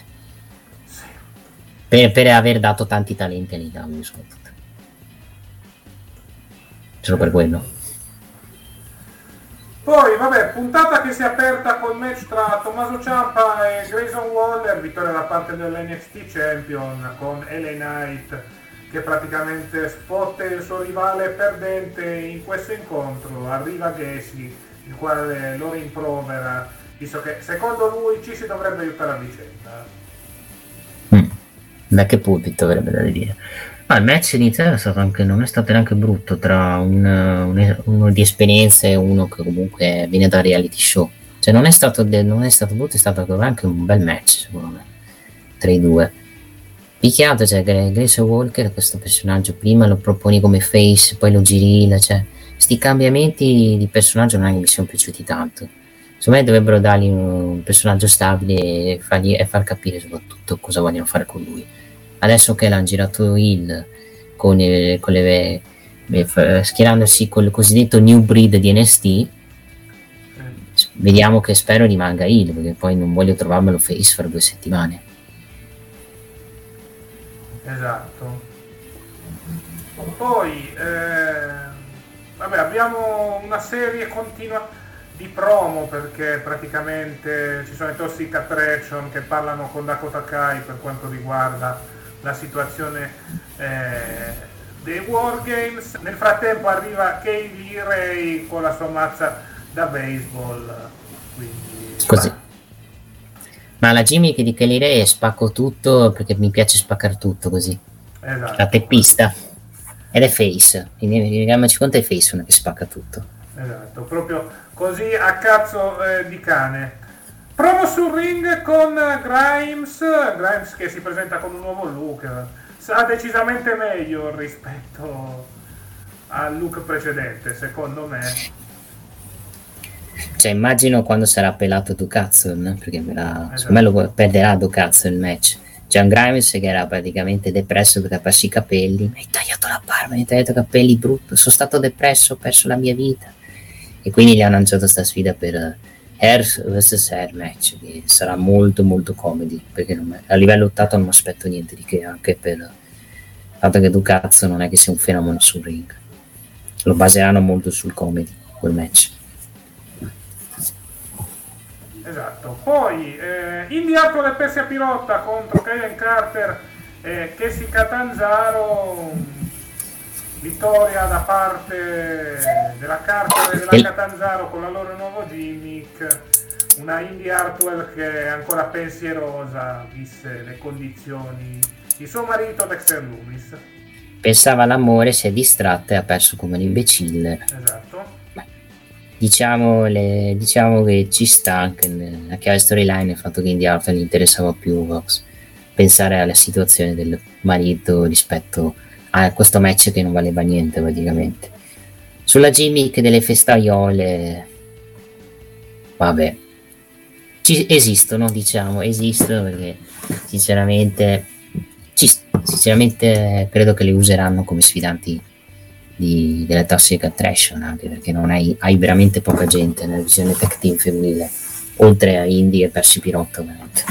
per aver dato tanti talenti all'AEW soprattutto, solo per quello. Poi vabbè, puntata che si è aperta col match tra Tommaso Ciampa e Grayson Waller, vittoria da parte dell'NXT Champion, con LA Knight che praticamente spotta il suo rivale perdente in questo incontro. Arriva Gacy, il quale lo rimprovera, visto che secondo lui ci si dovrebbe aiutare a vicenda. Da che pulpito avrebbe da dire? Il match iniziale non è stato neanche brutto, tra uno di esperienza e uno che comunque viene da reality show. Cioè non è stato brutto, è stato anche un bel match secondo me tra i due. Picchiato, cioè Grace Walker, questo personaggio prima lo proponi come face, poi lo girilla, cioè sti cambiamenti di personaggio non è che mi sono piaciuti tanto. Secondo me dovrebbero dargli un personaggio stabile e far capire soprattutto cosa vogliono fare con lui. Adesso che l'hanno girato Hill schierandosi col cosiddetto new breed di NXT, vediamo, che spero rimanga Hill, perché poi non voglio trovarmelo face per 2 settimane. Esatto. Poi vabbè, abbiamo una serie continua di promo, perché praticamente ci sono i Toxic Attraction che parlano con Dakota Kai per quanto riguarda la situazione dei Wargames. Nel frattempo arriva Kaylee Ray con la sua mazza da baseball, quindi così. Ma la gimmick di Kaylee Ray è spacco tutto, perché mi piace spaccare tutto così. Esatto. La teppista, ed è face, quindi rendiamoci conto, è face una che spacca tutto. Esatto, proprio così a cazzo di cane. Promo sul ring con Grimes che si presenta con un nuovo look, sa decisamente meglio rispetto al look precedente, secondo me. Cioè immagino quando sarà pelato Duke Hudson, perché esatto. Secondo me lo perderà Duke Hudson il match. C'è un Grimes che era praticamente depresso perché ha perso i capelli. Mi hai tagliato la barba, mi hai tagliato i capelli, brutto, sono stato depresso, ho perso la mia vita. E quindi gli hanno lanciato questa sfida per Hair vs Hair match, che sarà molto molto comedy, perché a livello 8 non mi aspetto niente di che, anche per il fatto che Duke Hudson non è che sia un fenomeno sul ring. Lo baseranno molto sul comedy quel match. Esatto. Poi Indy Hartwell e Persia Pirotta contro Kaden Carter e Casey Catanzaro. Vittoria da parte della Carter e della Catanzaro con la loro nuova gimmick. Una Indy Hartwell che è ancora pensierosa, viste le condizioni di suo marito Dexter Lumis. Pensava all'amore, si è distratta e ha perso come un imbecille. Esatto. Diciamo che ci sta anche nella chiave storyline il fatto che Indy Hartwell gli interessava più pensare alla situazione del marito rispetto a questo match che non valeva niente praticamente. Sulla gimmick delle festaiole, vabbè, esistono, diciamo, esistono perché sinceramente credo che le useranno come sfidanti della Toxic Attraction, anche perché non hai veramente poca gente nella visione tech team femminile, oltre a Indy e Percy Pirotto, ovviamente.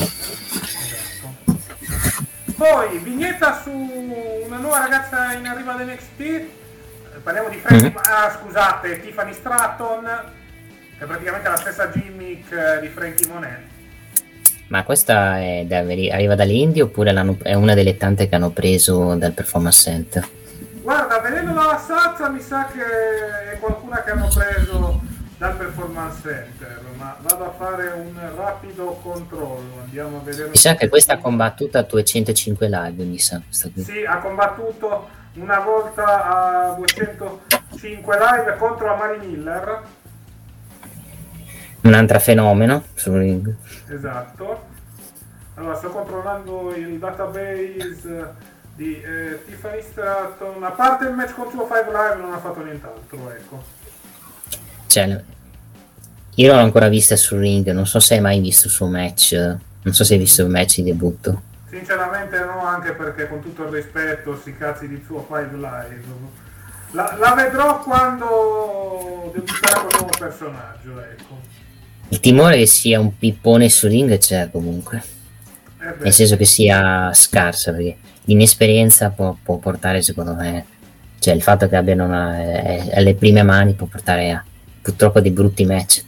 Poi vignetta su una nuova ragazza in arrivo ad NXT. Parliamo di Frankie, scusate, Tiffany Stratton, che è praticamente la stessa gimmick di Frankie Monet. Ma questa arriva dalle indie oppure è una delle tante che hanno preso dal Performance Center? Guarda, vedendo dalla salsa mi sa che è qualcuna che hanno preso dal Performance Center, ma vado a fare un rapido controllo, andiamo a vedere. Mi sa che questa ha combattuto a 205 live, mi sa. Sì, ha combattuto una volta a 205 live contro Amari Miller. Un'altra fenomeno sul ring. Esatto. Allora, sto controllando il database di Tiffany Stratton. A parte il match con 205 Live non ha fatto nient'altro, ecco. Cioè, io non l'ho ancora vista sul ring, non so se hai mai visto il suo match, non so se hai visto il match di debutto. Sinceramente no, anche perché con tutto il rispetto, sti cazzi di 205 Live. La vedrò quando debutterà con un nuovo personaggio, ecco. Il timore che sia un pippone sul ring c'è comunque, nel senso che sia scarsa, perché l'inesperienza può portare, secondo me, cioè il fatto che abbiano alle prime mani può portare a purtroppo dei brutti match,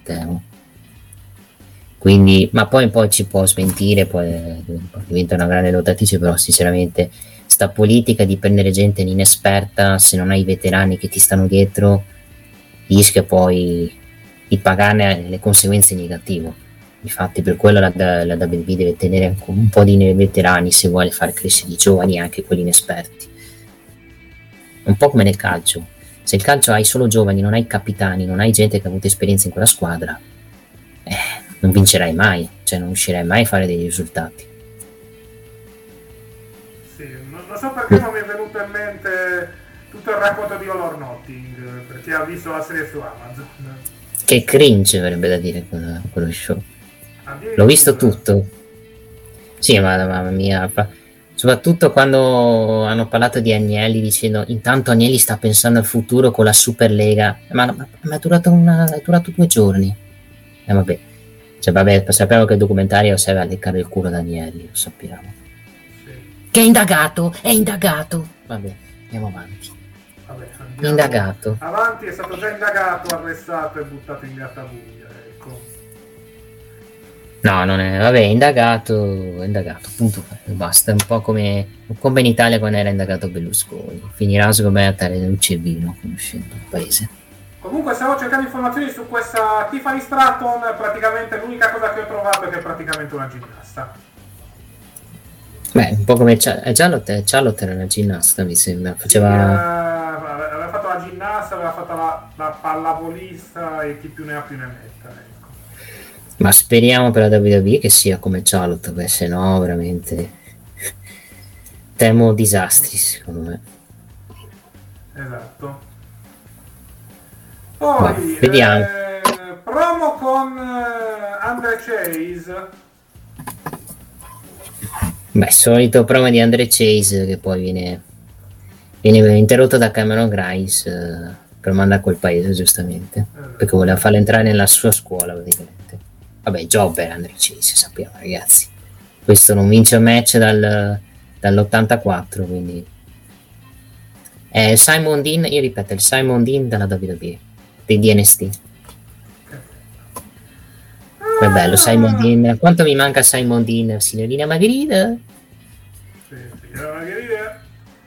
quindi, ma poi ci può smentire, poi diventa una grande lottatrice, però sinceramente sta politica di prendere gente inesperta, se non hai veterani che ti stanno dietro, rischia poi di pagarne le conseguenze negative. Infatti per quello la WWE deve tenere un po' di veterani se vuole far crescere i giovani, anche quelli inesperti, un po' come nel calcio. Se il calcio hai solo giovani, non hai capitani, non hai gente che ha avuto esperienza in quella squadra, non vincerai mai, cioè non riuscirai mai a fare dei risultati. Sì, non so perché non mi è venuto in mente tutto il racconto di All or Nothing, per chi ha visto la serie su Amazon. Che cringe, avrebbe da dire quello show. L'ho visto tutto. Sì, ma mamma mia, soprattutto quando hanno parlato di Agnelli, dicendo intanto Agnelli sta pensando al futuro con la Superlega, ma è durato 2 giorni. Vabbè. Cioè, vabbè, sappiamo che il documentario serve a leccare il culo ad Agnelli, lo sappiamo. Sì. Che è indagato. Vabbè, andiamo avanti. Indagato. Avanti, è stato già indagato, arrestato e buttato in gattabuia, ecco. No, non è, vabbè, indagato, punto, basta, un po' come in Italia quando era indagato Berlusconi, finirà secondo me a tale uccellino, conoscendo il paese. Comunque stavo cercando informazioni su questa Tiffany Stratton, praticamente l'unica cosa che ho trovato è che è praticamente una ginnasta. Beh, un po' come Charlotte era una ginnasta, mi sembra, aveva fatto la ginnasta, aveva fatto la pallavolista e chi più ne ha più ne metta, ecco. Ma speriamo per la WWE che sia come Charlotte, perché se no veramente temo disastri, secondo me. Esatto. Poi vediamo. Promo con Andre Chase. Beh, solito promo di Andre Chase che poi viene interrotto da Cameron Grimes per mandare a quel paese, giustamente, perché voleva farlo entrare nella sua scuola praticamente. Vabbè, jobber Andre Chase, sappiamo, ragazzi, questo non vince un match dall'84, quindi è Simon Dean, io ripeto, il Simon Dean della WWE, di NXT. È bello Simon Dean, quanto mi manca Simon Dean, signorina Margherita? Sì, signorina Margherita.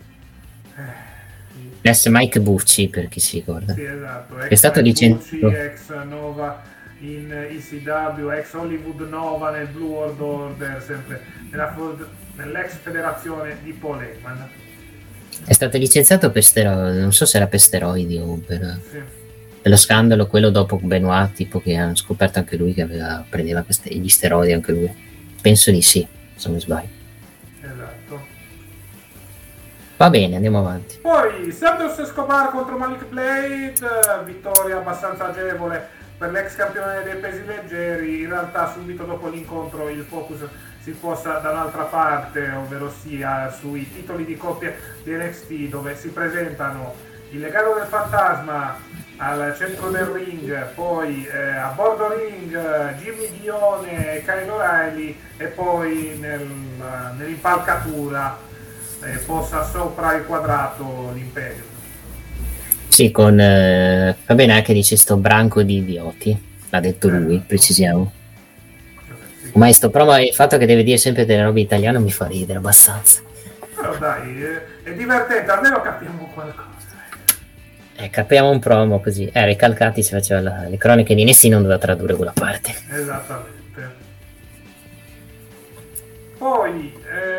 Adesso Mike Bucci, per chi si ricorda. Sì, esatto, è stato licenziato, ex Nova in ECW, ex Hollywood Nova nel Blue World Order, sempre nell'ex federazione di Paul Heyman. È stato licenziato per steroidi, non so se era per steroidi o per lo scandalo, quello dopo Benoit, tipo che hanno scoperto anche lui che prendeva gli steroidi anche lui. Penso di sì, se non mi sbaglio. Esatto. Va bene, andiamo avanti. Poi Santos Escobar contro Malik Blade, vittoria abbastanza agevole per l'ex campione dei pesi leggeri. In realtà subito dopo l'incontro il focus si sposta da un'altra parte, ovvero sia sui titoli di coppia di NXT, dove si presentano il legado del fantasma al centro del ring, poi a bordo ring Jimmy Dione e Kyle O'Reilly, e poi nell'impalcatura posa sopra il quadrato l'Imperium. Sì, con va bene anche dice sto branco di idioti, l'ha detto lui, precisiamo. Sì. Maestro, però il fatto che deve dire sempre delle robe italiane mi fa ridere abbastanza. Però dai, è divertente, almeno capiamo qualcosa. Capiamo un promo così. Ricalcati si faceva le croniche di Nessi, non doveva tradurre quella parte. Esattamente. Poi,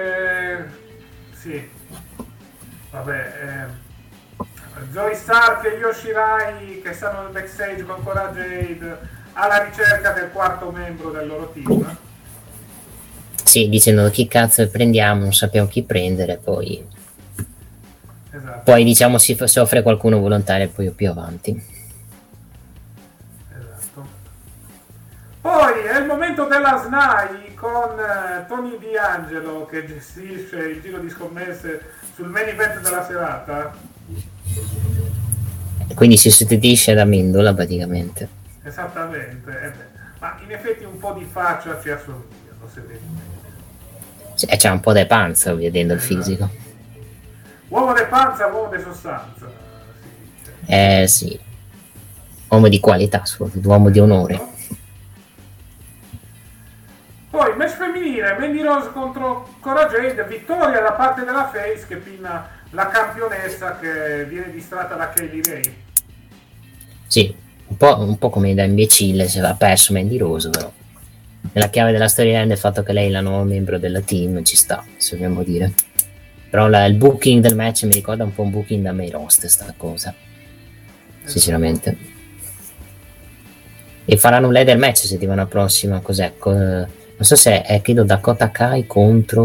sì, vabbè, Zoe Stark e Yoshirai che stanno nel backstage con Cora Jade alla ricerca del quarto membro del loro team. Sì, dicendo chi cazzo prendiamo, non sappiamo chi prendere, poi Esatto. poi diciamo si offre qualcuno volontario poi più avanti. Esatto. Poi è il momento della SNAI con Tony D'Angelo che gestisce il giro di scommesse sul main event della serata. Quindi si sostituisce ad Amendola praticamente. Esattamente, ma in effetti un po' di faccia ci assomigliano, se vedi bene. Sì, c'è un po' di panza vedendo il fisico. Uomo di panza, uomo di sostanza, si dice. Sì. Uomo di qualità, uomo di onore. Poi match femminile, Mandy Rose contro Cora Jade, vittoria da parte della Face che pinna la campionessa che viene distratta da Kaylee Ray. Sì, un po' come da imbecille se va perso Mandy Rose, però nella chiave della storyline il fatto che lei è la nuova membro del team ci sta, se vogliamo dire. Però il booking del match mi ricorda un po' un booking da May Rost, sta cosa, sinceramente. E faranno un ladder match settimana prossima, cos'è? Non so se è, credo, Dakota Kai contro...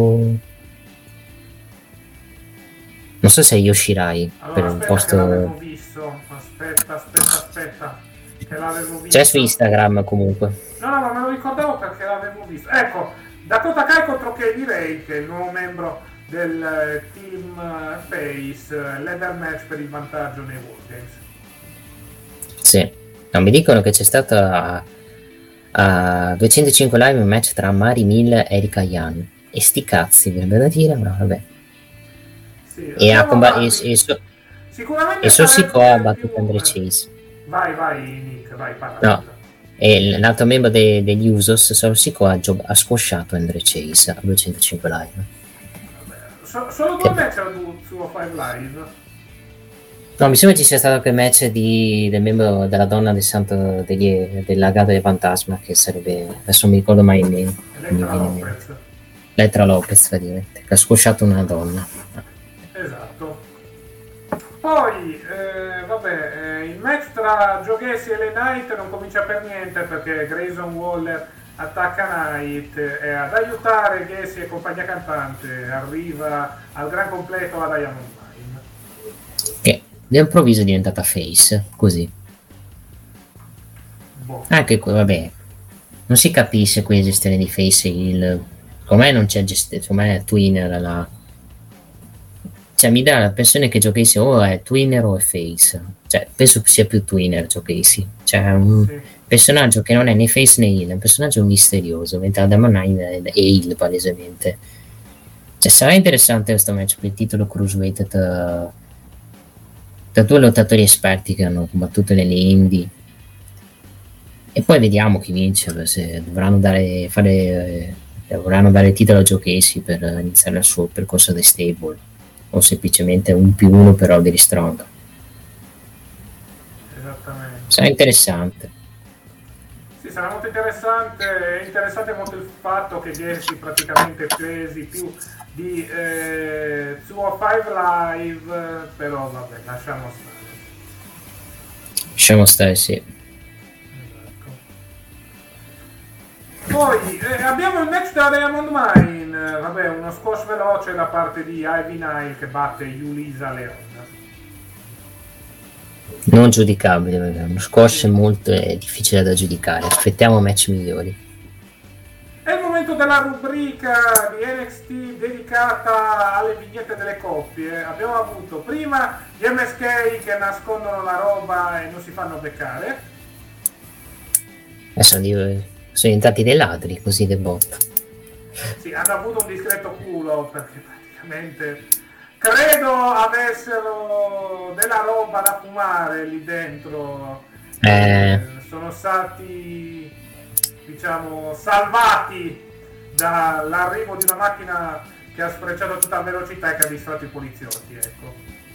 Non so se è Yoshirai, Allora, per un aspetta, posto... che l'avevo visto. Aspetta. Che l'avevo visto. C'è su Instagram comunque. No, ma me lo ricordavo perché l'avevo visto. Ecco, Dakota Kai contro Kaylee Ray, che è il nuovo membro del team Face, ladder match per il vantaggio nei War Games. Sì. No, mi dicono che c'è stato a 205 live un match tra Mari Mill e Erika Yan. E sti cazzi, verrebbe da dire, ma vabbè. Sì, e Sosiko ha battuto Andre Chase. Vai Nick, vai, parla. No, e l'altro membro degli Usos, Sosiko, ha squasciato Andre Chase a 205 live. Solo due match su 5 Live? No, mi sembra ci sia stato anche il match del membro della donna del santo della Gata del Fantasma, che sarebbe, adesso non mi ricordo mai il nome. Letra Lopez, praticamente, che ha squasciato una donna. Esatto. Poi, il match tra Joe Gacy e LA Knight non comincia per niente perché Grayson Waller attacca Knight e ad aiutare Gacy e compagnia cantante arriva al gran completo la Diamond Mine. Che all'improvviso è diventata face, così. Anche vabbè, non si capisce qui la gestione di face il... Com'è non c'è gestione, com'è Twinner la... Cioè mi dà l'impressione che Joe Gacy o è Twinner o è face. Cioè penso sia più Twinner Joe Gacy. Cioè è un personaggio che non è né face né heel, è un personaggio misterioso, mentre la Diamond Mine è heel palesemente. Cioè sarà interessante questo match per il titolo Cruiserweight tra due lottatori esperti che hanno combattuto nelle indie. E poi vediamo chi vince, se dovranno dare il titolo a Joe Gacy per iniziare il suo percorso di stable o semplicemente 1+1 per Roderick Strong. Esattamente. Sarà interessante. Sì, sarà molto interessante. È interessante molto il fatto che Gacy praticamente pesi più di suo 5 Live, però vabbè, lasciamo stare. Lasciamo stare, sì. Esatto. Poi abbiamo il match della Diamond Mine, vabbè, uno squash veloce da parte di Ivy Nile che batte Yulisa Leon. Non giudicabile, perché uno squash è difficile da giudicare. Aspettiamo match migliori. È il momento della rubrica di NXT dedicata alle vignette delle coppie. Abbiamo avuto prima gli MSK che nascondono la roba e non si fanno beccare. Sono diventati dei ladri, così dei bot. Sì, hanno avuto un discreto culo perché praticamente credo avessero della roba da fumare lì dentro. Sono stati, diciamo, salvati dall'arrivo di una macchina che ha sfrecciato tutta velocità e che ha distratto i poliziotti, ecco.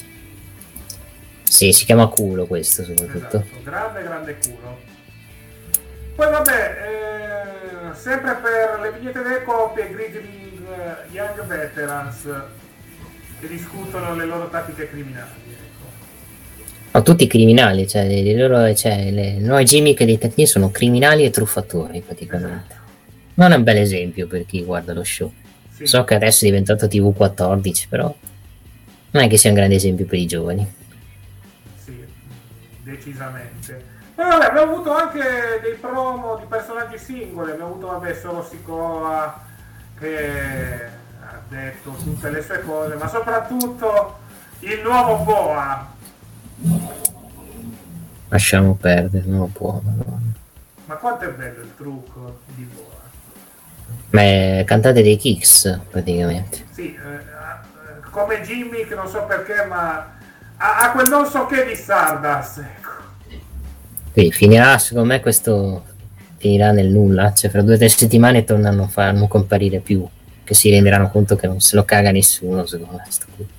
Sì, si chiama culo questo soprattutto. Esatto, grande culo. Poi vabbè, sempre per le vignette delle coppie, Grizzling Young Veterans che discutono le loro tattiche criminali, ecco. No, tutti criminali, cioè le nuove gimmick dei tech team sono criminali e truffatori praticamente. Esatto. Non è un bel esempio per chi guarda lo show. Sì. So che adesso è diventato TV14, però non è che sia un grande esempio per i giovani. Sì, decisamente. Poi vabbè, abbiamo avuto anche dei promo di personaggi singoli, abbiamo avuto vabbè solo Sikoa che ha detto tutte le sue cose, ma soprattutto il nuovo Boa. Lasciamo perdere, non può. Madonna. Ma quanto è bello il trucco di Boa. Ma è cantante dei Kicks praticamente. Sì, come Jimmy che non so perché, ma ha quel non so che di Stardust, ecco. Quindi finirà, secondo me questo finirà nel nulla, cioè fra 2 o 3 settimane tornano a non comparire più, che si renderanno conto che non se lo caga nessuno, secondo me sto qui.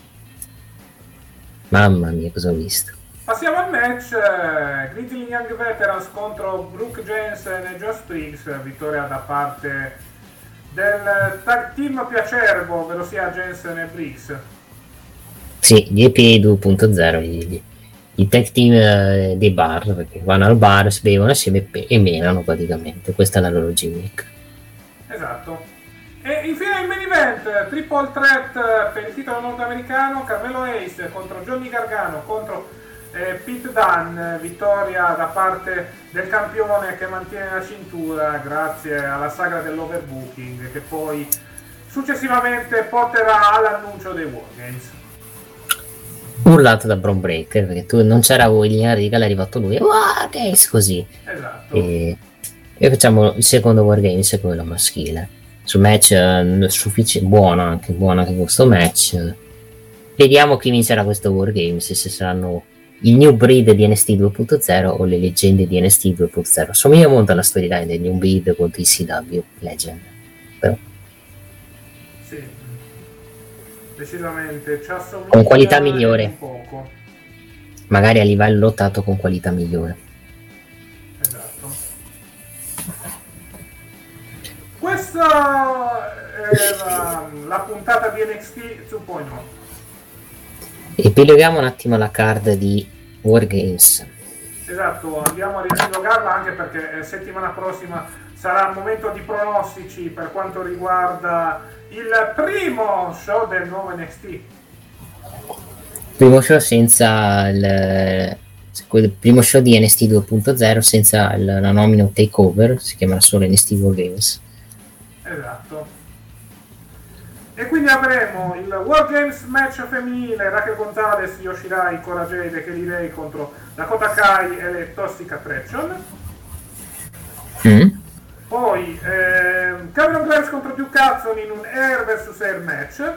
Mamma mia, cosa ho visto. Passiamo al match, Grizzly Young Veterans contro Brooke Jensen e Josh Briggs, vittoria da parte del tag team più acerbo, ovvero sia Jensen e Briggs. Sì, gli EPA 2.0, i tag team dei bar, perché vanno al bar, si bevono assieme e menano praticamente, questa è la loro gimmick. Esatto. E infine il main event, triple threat per il titolo nordamericano, Carmelo Hayes contro Johnny Gargano contro Pete Dunne, vittoria da parte del campione che mantiene la cintura grazie alla saga dell'overbooking che poi successivamente porterà all'annuncio dei Wargames. Urlato da Bron Breakker, perché tu non c'era William Regal, è arrivato lui, Wargames, così. Esatto. E facciamo il secondo Wargames, quello maschile. Sul match buono anche questo match. Vediamo chi vincerà questo Wargames, se saranno il New Breed di NXT 2.0 o le leggende di NXT 2.0. Somiglia molto alla storyline del New Breed contro i CW Legend, però sì, decisamente ci assomiglia con qualità migliore, un poco. magari a livello lottato con qualità migliore. Esatto. Questa era la puntata di NXT 2.0. Epiloghiamo un attimo la card di Wargames. Esatto, andiamo a riepilogarla anche perché settimana prossima sarà il momento di pronostici per quanto riguarda il primo show del nuovo NXT. Primo show senza il primo show di NXT 2.0 senza la nomina takeover, si chiamerà solo NXT Wargames. Esatto. E quindi avremo il World Games match femminile, Raquel Gonzalez, Yoshirai, Cora Jade e Kelly Ray contro Dakota Kai e le Toxic Attraction. Poi Cameron Grimes contro Duke Hudson in un Air vs Air match.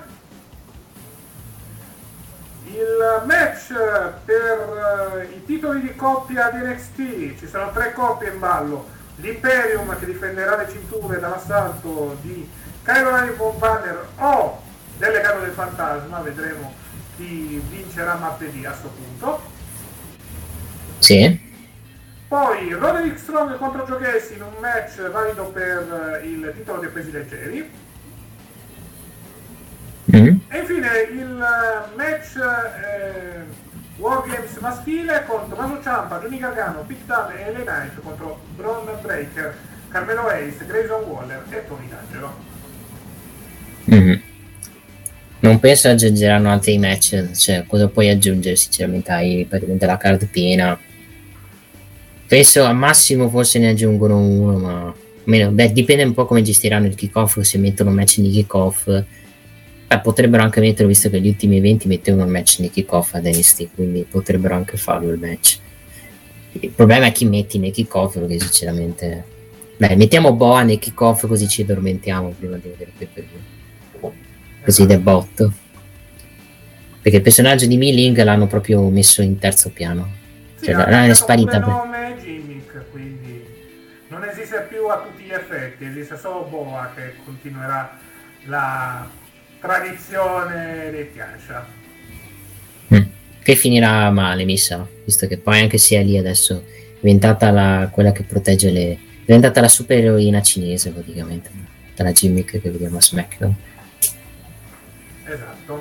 Il match per i titoli di coppia di NXT, ci sono 3 coppie in ballo. L'Imperium che difenderà le cinture dall'assalto di Caroline Von Banner o del legame del fantasma, vedremo chi vincerà martedì a sto punto. Sì. Poi Roderick Strong contro Joe Gacy in un match valido per il titolo dei pesi leggeri. E infine il match Wargames maschile con Tommaso Ciampa, Johnny Gargano, Pete Dunne e LA Knight contro Bron Breakker Carmelo Hayes, Grayson Waller e Tony D'Angelo. Non penso aggiungeranno altri match, cioè cosa puoi aggiungere sinceramente? Hai praticamente la card piena. Penso al massimo forse ne aggiungono uno, ma meno, dipende un po' come gestiranno il kickoff, se mettono match di kickoff. Potrebbero anche metterlo, visto che gli ultimi eventi mettevano il match nei kickoff ad NXT, quindi potrebbero anche farlo il match. Il problema è chi metti nei kickoff, perché sinceramente mettiamo Boa nei kickoff così ci addormentiamo prima di vedere il pay-per-view, così del botto, perché il personaggio di Milling l'hanno proprio messo in terzo piano, sì, cioè è sparita nome Gimmick, quindi non esiste più a tutti gli effetti, esiste solo Boa che continuerà la tradizione dei Piancia, che finirà male, mi sa, visto che poi anche sia lì adesso è diventata quella che protegge è diventata la supereroina cinese praticamente, dalla Gimmick che vediamo a SmackDown. Esatto.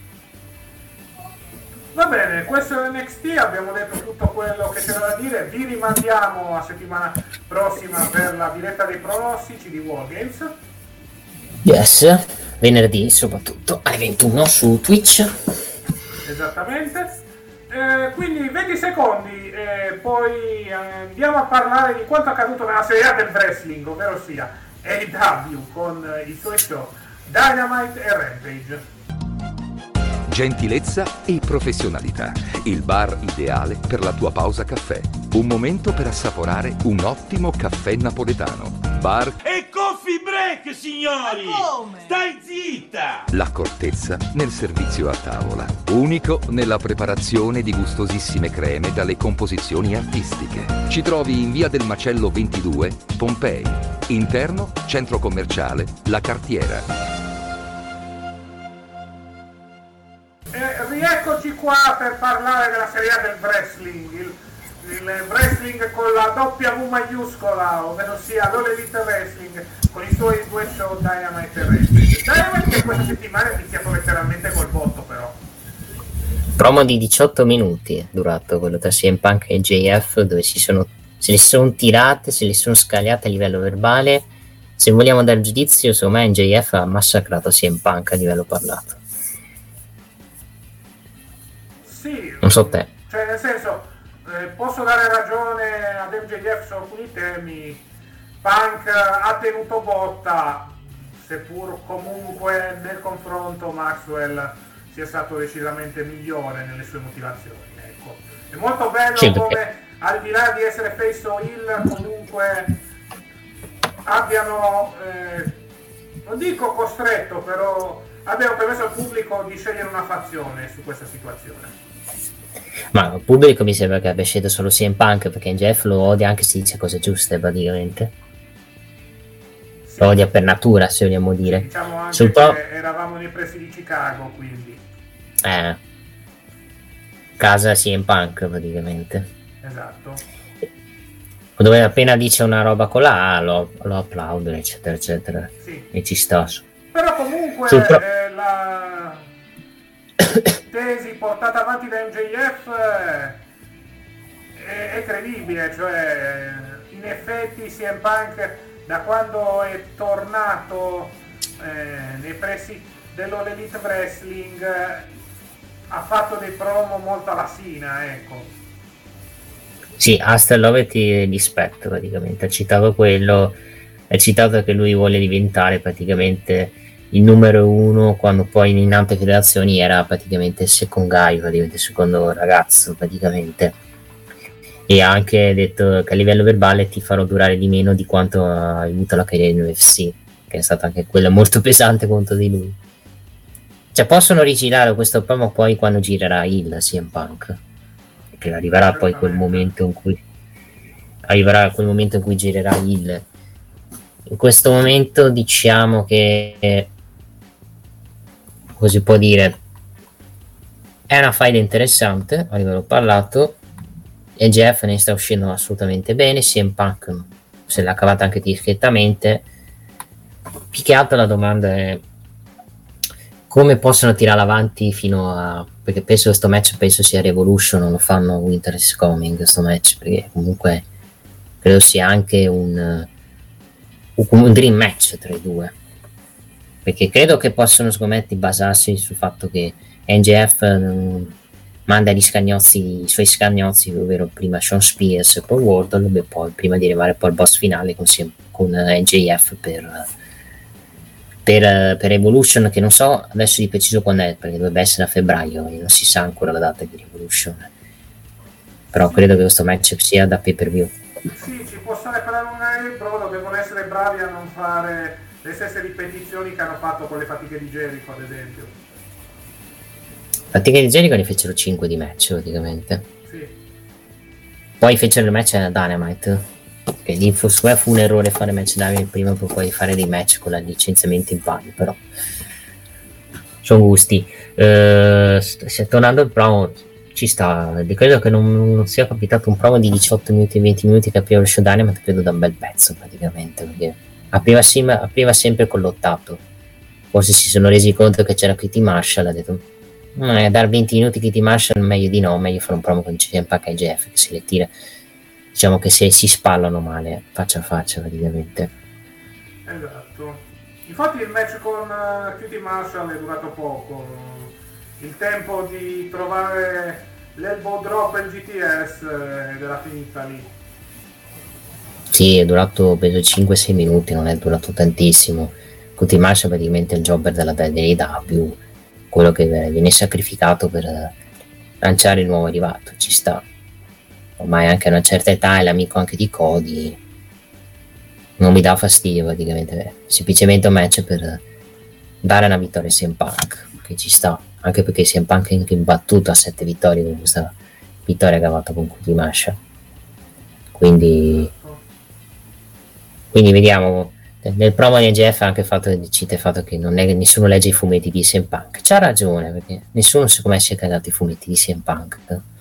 Va bene, questo è NXT, abbiamo detto tutto quello che c'era da dire, vi rimandiamo a settimana prossima per la diretta dei pronostici di Wargames. Yes, venerdì soprattutto alle 21 su Twitch. Esattamente. Quindi 20 secondi, poi andiamo a parlare di quanto accaduto nella Serie A del wrestling, ovvero sia AEW con i suoi show Dynamite e Rampage. Gentilezza e professionalità. Il bar ideale per la tua pausa caffè. Un momento per assaporare un ottimo caffè napoletano. Bar E coffee break, signori! Ma come? Stai zitta! L'accortezza nel servizio a tavola. Unico nella preparazione di gustosissime creme dalle composizioni artistiche. Ci trovi in via del Macello 22, Pompei. Interno, centro commerciale, La Cartiera. Rieccoci qua per parlare della Serie A del wrestling, il wrestling con la W maiuscola, ovvero sia l'All Elite Wrestling con i suoi due show Dynamite e Rampage. Dynamite che questa settimana è iniziato letteralmente col botto, però. Promo di 18 minuti è durato quello tra CM Punk e JF, dove se le sono tirate, se le sono scagliate a livello verbale. Se vogliamo dare giudizio, secondo me JF ha massacrato CM Punk a livello parlato. Sì, Non so te. cioè nel senso, posso dare ragione ad MJF su alcuni temi. Punk ha tenuto botta, seppur comunque nel confronto Maxwell sia stato decisamente migliore nelle sue motivazioni, ecco. È molto bello Sì, come al di là di essere face o heel comunque abbiano non dico costretto, però abbiano permesso al pubblico di scegliere una fazione su questa situazione. Ma il pubblico mi sembra che abbia scelto solo CM Punk, perché Jeff lo odia anche se dice cose giuste praticamente. Sì, Lo odia per natura, se vogliamo dire. diciamo anche Sul che eravamo nei pressi di Chicago, quindi casa CM Punk praticamente. esatto. Dove appena dice una roba con la A lo applaudono, eccetera eccetera, Sì. e ci sta. Però comunque Sul pro- la tesi portata avanti da MJF è credibile, cioè in effetti CM Punk da quando è tornato nei pressi dell'All Elite Wrestling ha fatto dei promo molto alla Sina, ecco. Sì, Hasta Love ti rispetto praticamente, ha citato quello, ha citato che lui vuole diventare praticamente il numero uno, quando poi in altre federazioni era praticamente il second guy, praticamente il secondo ragazzo praticamente, e ha anche detto che a livello verbale ti farò durare di meno di quanto ha avuto la carriera in UFC, che è stata anche quella molto pesante contro di lui. Cioè possono rigirare questo promo poi quando girerà il CM Punk, che arriverà poi quel momento in cui girerà il. In questo momento diciamo che così può dire è una faida interessante a livello parlato, e Jeff ne sta uscendo assolutamente bene. CM Punk se l'ha cavata anche discretamente. Più che altro la domanda è come possono tirare avanti fino a, perché penso sto match sia Revolution, non lo fanno Winter is Coming sto match, perché comunque credo sia anche un un dream match tra i due, perché credo che possono scommetti basarsi sul fatto che MJF manda i suoi scagnozzi, ovvero prima Sean Spears e poi Wardlow, e poi prima di arrivare poi al boss finale con MJF per Evolution, che non so adesso di preciso quando è, perché dovrebbe essere a febbraio e non si sa ancora la data di Evolution, però credo che questo match sia da pay per view. Sì, ci può stare per allungare, però devono essere bravi a non fare le stesse ripetizioni che hanno fatto con le fatiche di Jericho, ad esempio. Fatiche di Jericho ne fecero 5 di match praticamente. Sì. Poi fecero il match a Dynamite, che lì fu un errore fare match Dynamite prima per poi fare dei match con il licenziamento in palio, però sono gusti. Tornando al promo, ci sta, credo che non sia capitato un promo di 18 minuti e 20 minuti che apriva lo show Dynamite, credo da un bel pezzo praticamente, perché apriva sempre con l'8. Forse si sono resi conto che c'era Kitty Marshall, ha detto dar 20 minuti Kitty Marshall meglio di no, meglio fare un promo con CM Punk e MJF che se le tira, diciamo che se si spallano male faccia a faccia praticamente. Esatto, infatti il match con Kitty Marshall è durato poco, il tempo di trovare l'elbow drop e il GTS ed era finita lì. Sì, è durato penso 5-6 minuti, non è durato tantissimo. Kitty Marshall praticamente il jobber della AEW, quello che viene sacrificato per lanciare il nuovo arrivato, ci sta. Ormai anche a una certa età è l'amico anche di Cody, non mi dà fastidio praticamente, semplicemente un match per dare una vittoria a CM Punk, che ci sta, anche perché CM Punk è anche imbattuto a 7 vittorie con questa vittoria che ha fatto con Kitty Marshall, quindi vediamo. Nel promo di NGF ha anche cita il fatto che nessuno legge i fumetti di CM Punk. C'ha ragione, perché nessuno secondo me si è cagato i fumetti di CM Punk.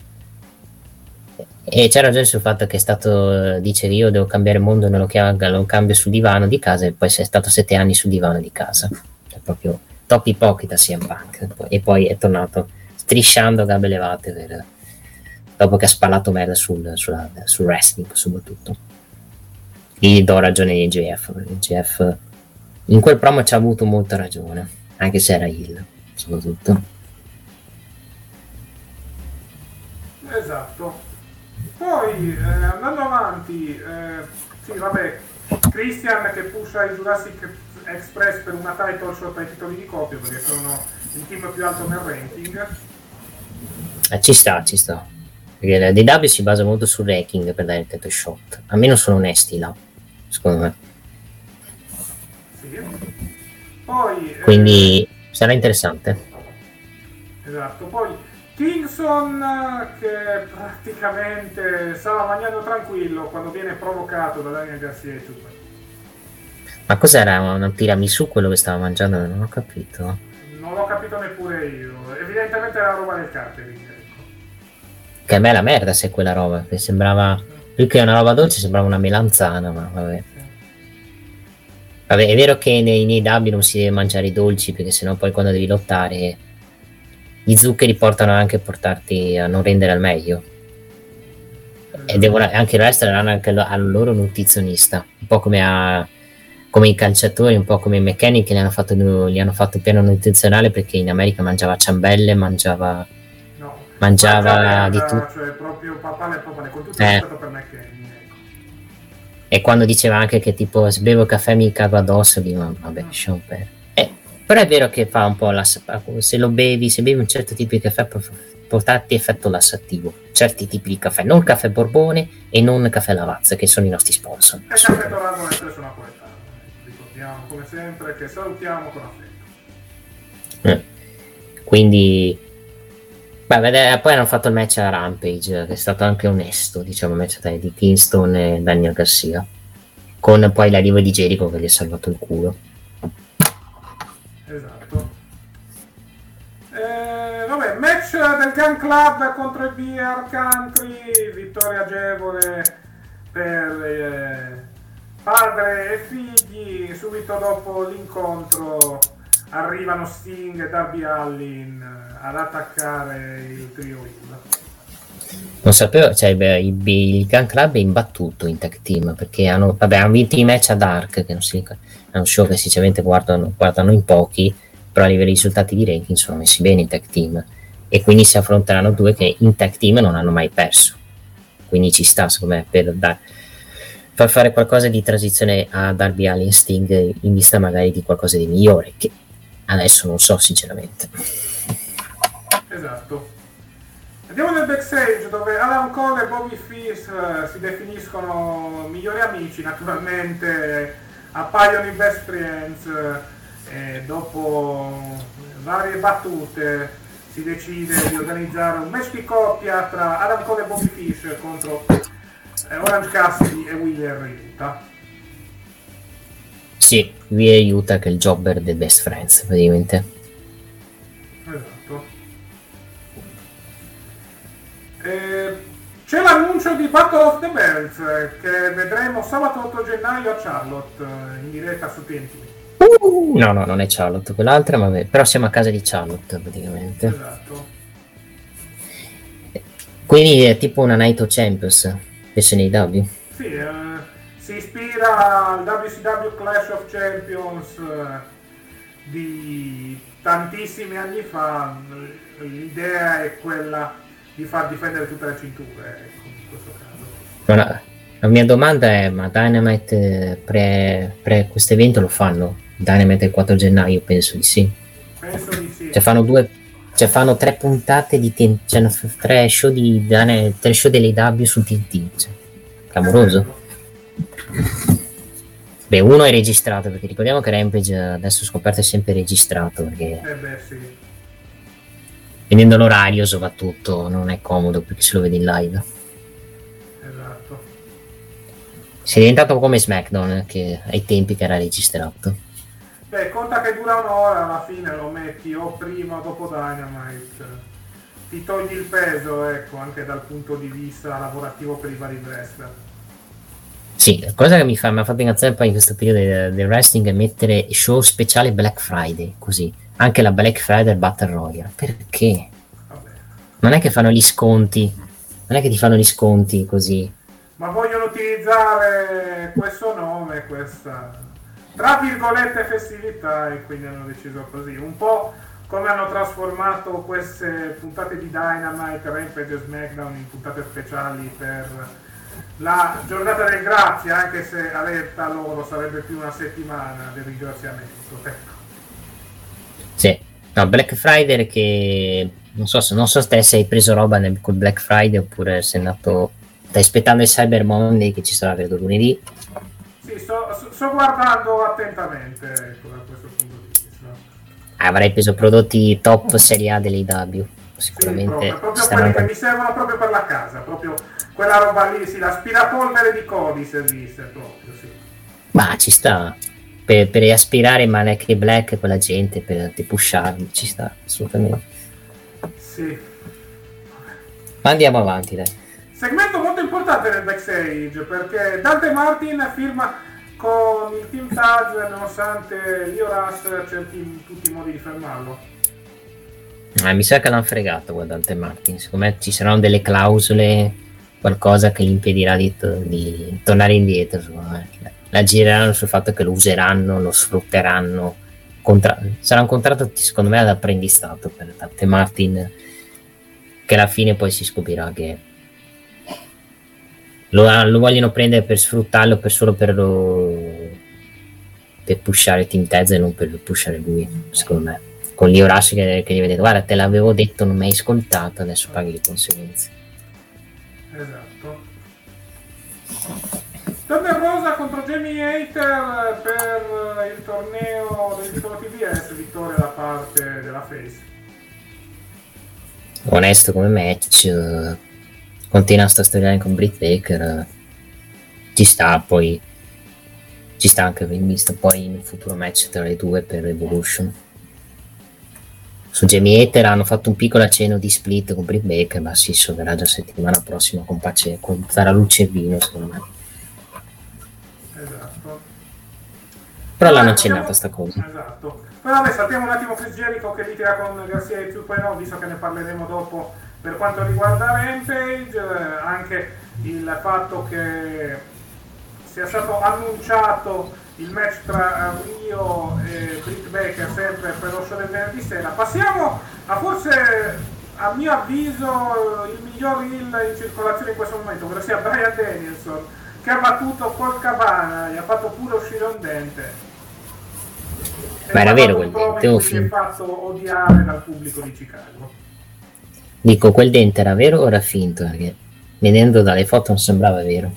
E c'ha ragione sul fatto che è stato, dice che io devo cambiare il mondo, non lo cambio sul divano di casa, e poi sei stato 7 anni sul divano di casa. È proprio top ipocrita CM Punk. E poi è tornato strisciando gambe levate dopo che ha spallato merda sul wrestling soprattutto. Gli do ragione di GF in quel promo ci ha avuto molta ragione, anche se era heel soprattutto. Esatto. Poi andando avanti, sì vabbè, Christian che pusha il Jurassic Express per una title shot ai titoli di coppia, perché sono il team più alto nel ranking. Ci sta, perché la DW si basa molto sul ranking per dare il title shot, almeno sono onesti là, secondo me. Sì. Poi quindi sarà interessante. Esatto. Poi Kingston che praticamente stava mangiando tranquillo quando viene provocato da Daniel Garcia e Ciupa. Ma cos'era, un tiramisù quello che stava mangiando? Non ho capito. Non l'ho capito neppure io, evidentemente era roba del catering, ecco. Che a me è la merda se è quella roba, che sembrava, più che una roba dolce sembrava una melanzana, ma vabbè. Vabbè, è vero che nei W non si deve mangiare i dolci, perché sennò poi quando devi lottare gli zuccheri portano anche a portarti a non rendere al meglio. E devono anche il resto hanno anche al loro nutrizionista, un po' come i calciatori, un po' come i meccanici che gli hanno fatto il piano nutrizionale, perché in America mangiava ciambelle, mangiava di tutto. Cioè proprio papale con tutto il rispetto per McKenny, ecco. E quando diceva anche che tipo se bevo caffè mi cago addosso, dico vabbè, lasciamo perdere. Però è vero che fa un po' se bevi un certo tipo di caffè può portarti effetto lassativo, certi tipi di caffè, non caffè Borbone e non caffè Lavazza, che sono i nostri sponsor. E caffè Dorado Espresso Napoletano, ricordiamo come sempre che salutiamo con affetto. Quindi poi hanno fatto il match a Rampage, che è stato anche onesto, diciamo, il match di Kingston e Daniel Garcia, con poi l'arrivo di Jericho che gli ha salvato il culo. Esatto. Vabbè, match del Gun Club contro il BR Country, vittoria agevole per padre e figli. Subito dopo l'incontro arrivano Sting e Darby Allin ad attaccare il trio Hill. Non sapevo, cioè il Gun Club è imbattuto in tag team perché hanno vinto i match a Dark, che non si, è un show che sinceramente guardano in pochi, però a livello di risultati di ranking sono messi bene in tag team, e quindi si affronteranno due che in tag team non hanno mai perso, quindi ci sta secondo me per far fare qualcosa di transizione a Darby Allin e Sting in vista magari di qualcosa di migliore, che adesso non so sinceramente. Esatto. Andiamo nel backstage dove Adam Cole e Bobby Fish si definiscono migliori amici, naturalmente appaiono i best friends e dopo varie battute si decide di organizzare un match di coppia tra Adam Cole e Bobby Fish contro Orange Cassidy e Wheeler Yuta. Sì, Wheeler Yuta che è il jobber del best friends praticamente. Esatto. C'è l'annuncio di Battle of the Bells che vedremo sabato 8 gennaio a Charlotte in diretta su TNT. No, non è Charlotte quell'altra, ma però siamo a casa di Charlotte praticamente. Esatto. Quindi è tipo una Night of Champions SNW. Sì, si ispira al WCW Clash of Champions di tantissimi anni fa. L'idea è quella di far difendere tutte le cinture, ecco, in questo caso. La mia domanda è, ma Dynamite pre questo evento lo fanno? Dynamite il 4 gennaio, penso di sì. Penso di sì. Fanno 3 puntate di tre show di Dynamite, 3 show dell'AEW su TNT, cioè, clamoroso. Beh, uno è registrato, perché ricordiamo che Rampage adesso scoperto è sempre registrato, perché Sì. vedendo l'orario soprattutto non è comodo perché se lo vedi in live. Esatto. Si è diventato come SmackDown, che ai tempi che era registrato. Beh, conta che dura un'ora, alla fine lo metti o prima o dopo Dynamite. Ti togli il peso, ecco, anche dal punto di vista lavorativo per i vari wrestler. Sì, la cosa che mi ha fatto incazzare poi in questo periodo del wrestling è mettere show speciale Black Friday, così. Anche la Black Friday Battle Royale. Perché? Vabbè. Non è che fanno gli sconti. Non è che ti fanno gli sconti così. Ma vogliono utilizzare questo nome, questa tra virgolette festività, e quindi hanno deciso così. Un po' come hanno trasformato queste puntate di Dynamite, Rampage e SmackDown in puntate speciali per la giornata del grazie, anche se a detta loro sarebbe più una settimana del ringraziamento. Ecco. Sì, no, Black Friday che non so se te sei preso roba col Black Friday oppure sei andato, stai aspettando il Cyber Monday che ci sarà credo lunedì. Sì, sto guardando attentamente, ecco, da questo punto di vista. Avrai preso prodotti top serie A dell'AEW sicuramente. Sì, proprio quelli che mi servono proprio per la casa, proprio quella roba lì, sì, l'aspirapolvere di Cody servisse proprio, sì. Ma ci sta. Per aspirare Malek e Black quella gente, per pusharli, ci sta assolutamente. Sì. Ma andiamo avanti, dai. Segmento molto importante nel backstage, perché Dante Martin firma con il team Taz nonostante Lio Rush cerchi in tutti i modi di fermarlo. Mi sa che l'hanno fregato Dante Martin. Secondo me ci saranno delle clausole, qualcosa che gli impedirà di tornare indietro, secondo me. La gireranno sul fatto che lo useranno, lo sfrutteranno. Sarà un contratto secondo me ad apprendistato per Dante Martin, che alla fine poi si scoprirà che lo vogliono prendere per sfruttarlo solo per pushare Team Taz e non per pushare lui, secondo me. Con Lio Rush che gli vedete, guarda, te l'avevo detto, non mi hai ascoltato, adesso paghi le conseguenze. Esatto. Thunder Rosa contro Jamie Hater per il torneo del titolo TBS, vittoria da parte della Face. Onesto come match, continua sta storyline con Britt Baker, ci sta anche ben visto poi in un futuro match tra le due per Evolution. Su Jamie Hater hanno fatto un piccolo accenno di split con Britt Baker, ma si risolverà già settimana prossima con Sarà luce e vino, secondo me. Esatto. Però l'hanno accennata sta cosa. Esatto. Poi vabbè, saltiamo un attimo Chris Jericho che litiga con Garcia e 2.0, visto che ne parleremo dopo Per quanto riguarda Rampage, anche il fatto che sia stato annunciato il match tra Rio e Britt Baker sempre per lo show del venerdì sera. Passiamo a forse, a mio avviso, il miglior heel in circolazione in questo momento, ovvero sia Bryan Danielson, che ha battuto Colt Cabana, gli ha fatto pure uscire un dente. Ma era vero quel dente? O si è fatto odiare dal pubblico di Chicago. Dico, quel dente era vero o era finto? Perché vedendo dalle foto non sembrava vero.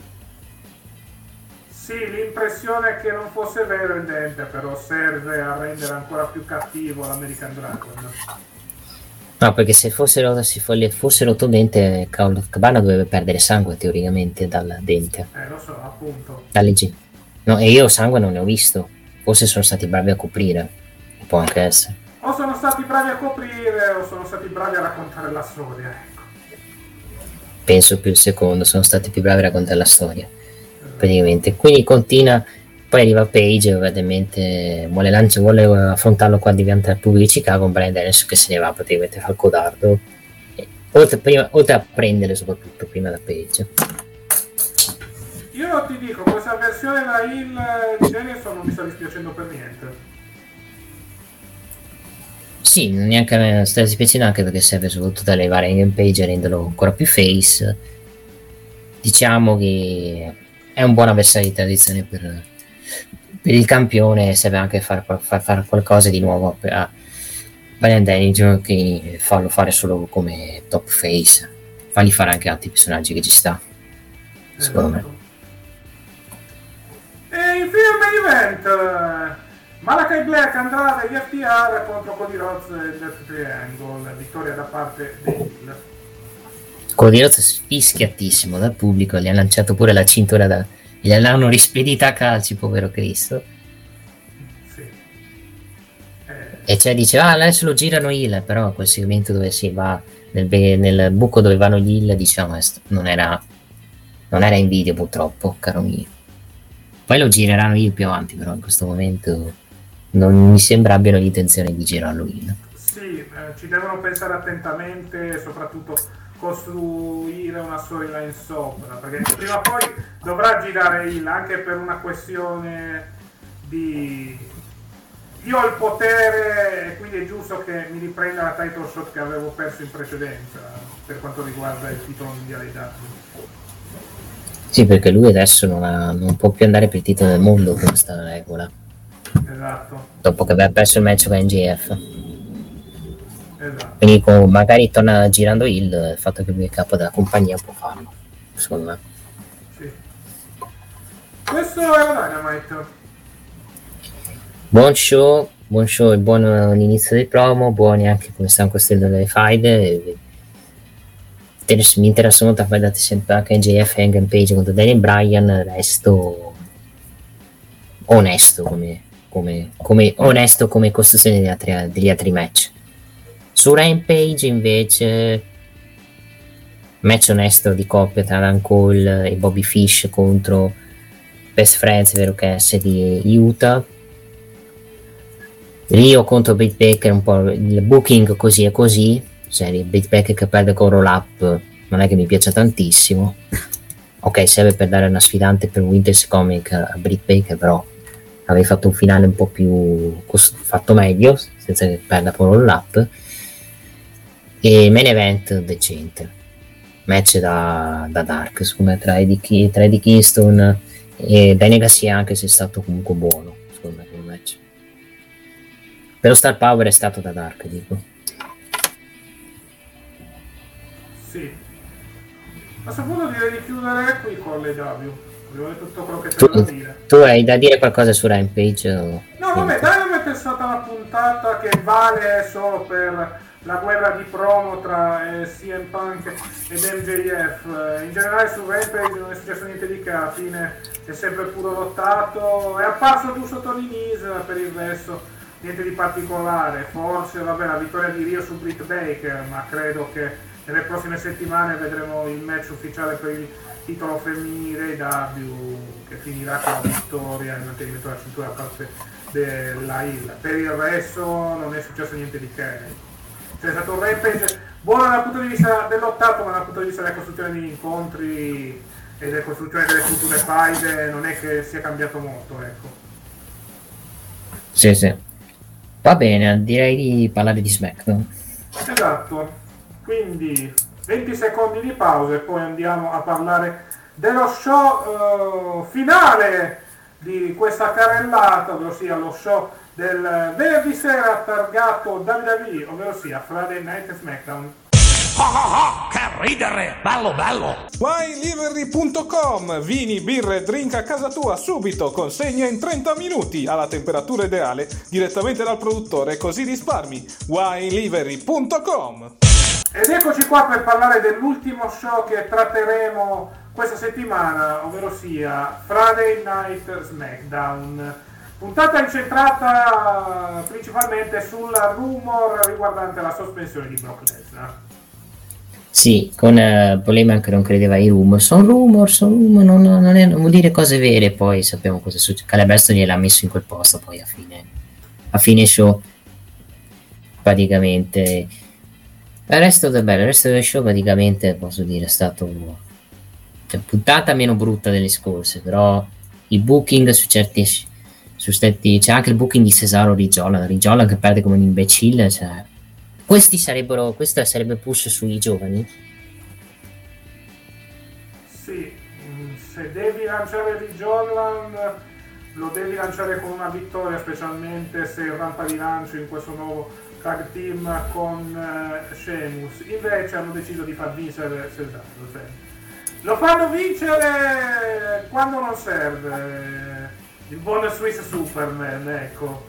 Sì, l'impressione è che non fosse vero il dente, però serve a rendere ancora più cattivo l'American Dragon. No, perché se fosse rotto dente, Cabana dovrebbe perdere sangue teoricamente dal dente. Lo so, appunto. No, e io sangue non ne ho visto. Forse sono stati bravi a coprire. Può anche essere. O sono stati bravi a coprire o sono stati bravi a raccontare la storia, ecco. Penso più il secondo, sono stati più bravi a raccontare la storia. Praticamente. Quindi continua, poi arriva Page, ovviamente vuole affrontarlo qua davanti al pubblico di Chicago, con Bryan Danielson che se ne va praticamente al codardo. Oltre a prendere soprattutto prima da Page. Io ti dico, questa versione da heel di Danielson non mi sta dispiacendo per niente. Sì, neanche a me sta dispiacendo, anche perché serve soprattutto da levare in Page e renderlo ancora più face. Diciamo che è un buon avversario di tradizione per il campione, serve anche fare qualcosa di nuovo a Bryan Danielson, che farlo fare solo come top face, fargli fare anche altri personaggi che ci sta, secondo me. E infine il main event, Malakai Black, Andrade, FTR contro Cody Rhodes e Death Triangle, vittoria da parte dei Hill. Cody Rhodes fischiatissimo dal pubblico, gli hanno lanciato pure la cintura, gliel'hanno rispedita a calci, povero Cristo. Sì. E cioè dice, adesso lo girano Hill, però a quel segmento dove si va nel buco dove vanno gli Hill, diciamo, non era in video purtroppo, caro mio. Poi lo gireranno Hill più avanti, però in questo momento non mi sembra abbiano l'intenzione di girarlo Hill. Sì, ci devono pensare attentamente, soprattutto costruire una storyline sopra, perché prima o poi dovrà girare Hill, anche per una questione di io ho il potere e quindi è giusto che mi riprenda la title shot che avevo perso in precedenza per quanto riguarda il titolo mondiale di W. Sì, perché lui adesso non può più andare per il titolo del mondo con questa regola. Esatto. Dopo che aveva perso il match con NJF. Esatto. Quindi magari torna girando il fatto che lui è capo della compagnia può farlo, secondo me. Sì. Questo è Dynamite. Buon show e buon l'inizio del promo, buoni anche come stanno costruendo le faide. Mi interessa molto fare sempre anche NJF e Hangman Page contro Daniel Bryan. Resto onesto come onesto come costruzione degli altri match. Su Rampage invece match onesto di coppia tra Adam Cole e Bobby Fish contro Best Friends, vero che è di Utah. Rio contro Britt Baker, un po' il booking così e così, cioè Britt Baker che perde con roll up non è che mi piace tantissimo. Ok, serve per dare una sfidante per Winter's Comic a Britt Baker, però avrei fatto un finale un po' più fatto meglio senza che perda con roll up. E main event decente, match da Dark secondo me tra Eddie Kingston e Danny Garcia, anche se è stato comunque buono secondo me quel match. Per lo star power è stato da Dark, dico. Sì. A questo punto direi di chiudere qui con le W. Abbiamo detto tutto quello che c'è da dire. Tu hai da dire qualcosa su Rampage? No, vabbè, Dynamite è stata una puntata che vale solo per la guerra di promo tra CM Punk ed MJF. In generale su Rampage non è successo niente di che, alla fine è sempre puro lottato. È apparso giusto Tony Nese, per il resto niente di particolare. Forse vabbè la vittoria di Rio su Britt Baker, ma credo che nelle prossime settimane vedremo il match ufficiale per il titolo femminile W, che finirà con la vittoria e il mantenimento della cintura da parte della Hill. Per il resto non è successo niente di che. C'è stato un Rampage buona dal punto di vista dell'ottato, ma dal punto di vista della costruzione degli incontri e della costruzione delle future faide non è che sia cambiato molto, ecco. Sì. Va bene, direi di parlare di SmackDown. Esatto, quindi 20 secondi di pausa e poi andiamo a parlare dello show finale di questa carrellata, ovvero sia lo show del venerdì sera targato WWE, ovvero sia Friday Night SmackDown. Che ridere, bello! WineLivery.com, vini, birre, drink a casa tua subito, consegna in 30 minuti alla temperatura ideale direttamente dal produttore, così risparmi. WineLivery.com. Ed eccoci qua per parlare dell'ultimo show che tratteremo questa settimana, ovvero sia Friday Night SmackDown. Puntata incentrata principalmente sul rumor riguardante la sospensione di Brock Lesnar. Sì, con Polemic che non credeva ai rumor. Sono rumor, non vuol dire cose vere. Poi sappiamo cosa succede. Calabresto gliel'ha messo in quel posto poi a fine show. Praticamente il resto del show praticamente posso dire è stato puntata meno brutta delle scorse, però i booking c'è anche il booking di Cesaro Rigiola che perde come un imbecille, cioè questo sarebbe push sui giovani. Sì, se devi lanciare Rigiola lo devi lanciare con una vittoria, specialmente se il rampa di lancio in questo nuovo tag team con Sheamus. Invece hanno deciso di far vincere Cesaro, cioè lo fanno vincere quando non serve, il buon Swiss Superman, ecco.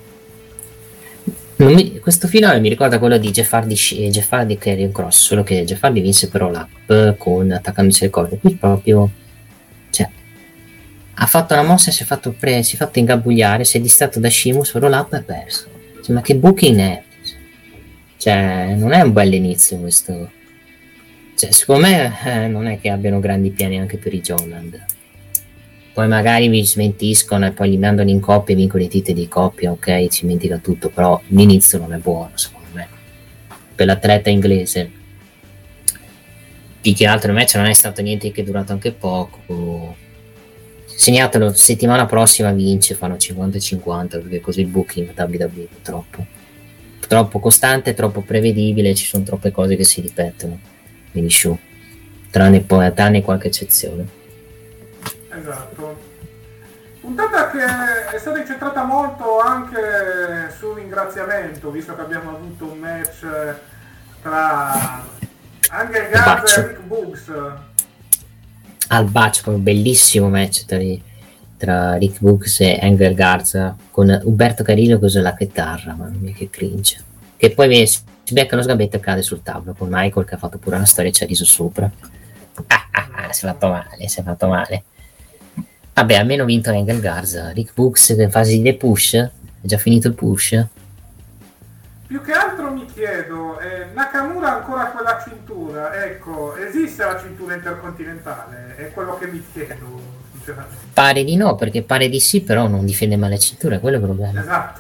Questo finale mi ricorda quello di Jeff Hardy e Karrion Kross, solo che Jeff Hardy vinse però l'app con attaccandosi le corde. Qui proprio, cioè, ha fatto una mossa, si è fatto ingabugliare, si è distratto da Sheamus, però l'app ha perso. Cioè, ma che booking è? Cioè, non è un bel inizio questo. Cioè, secondo me non è che abbiano grandi piani anche per i Joland. Poi magari mi smentiscono e poi li mandano in coppia e vincono i titoli di coppia, ok, ci dimentica tutto, però l'inizio non è buono secondo me per l'atleta inglese. Più che altro il match non è stato niente che è durato anche poco. Segnatelo, settimana prossima vince, fanno 50-50, perché così il booking WWE è troppo costante, troppo prevedibile, ci sono troppe cose che si ripetono negli show, tranne qualche eccezione. Esatto. Puntata che è stata incentrata molto anche sul ringraziamento, visto che abbiamo avuto un match tra Angel Garza e Rick Books. Al bacio, un bellissimo match tra Rick Books e Angel Garza, con Umberto Carrillo che usa la chitarra, mamma mia che cringe. Che poi si becca lo sgambetto e cade sul tavolo con Michael che ha fatto pure una storia e ci ha riso sopra. Si è fatto male. Vabbè, almeno ha vinto Angel Garza. Rick Books in fase di push, è già finito il push. Più che altro mi chiedo, Nakamura ancora quella cintura, ecco, esiste la cintura intercontinentale? È quello che mi chiedo, sinceramente. Pare di no, perché pare di sì, però non difende mai la cintura, quello è il problema. Esatto.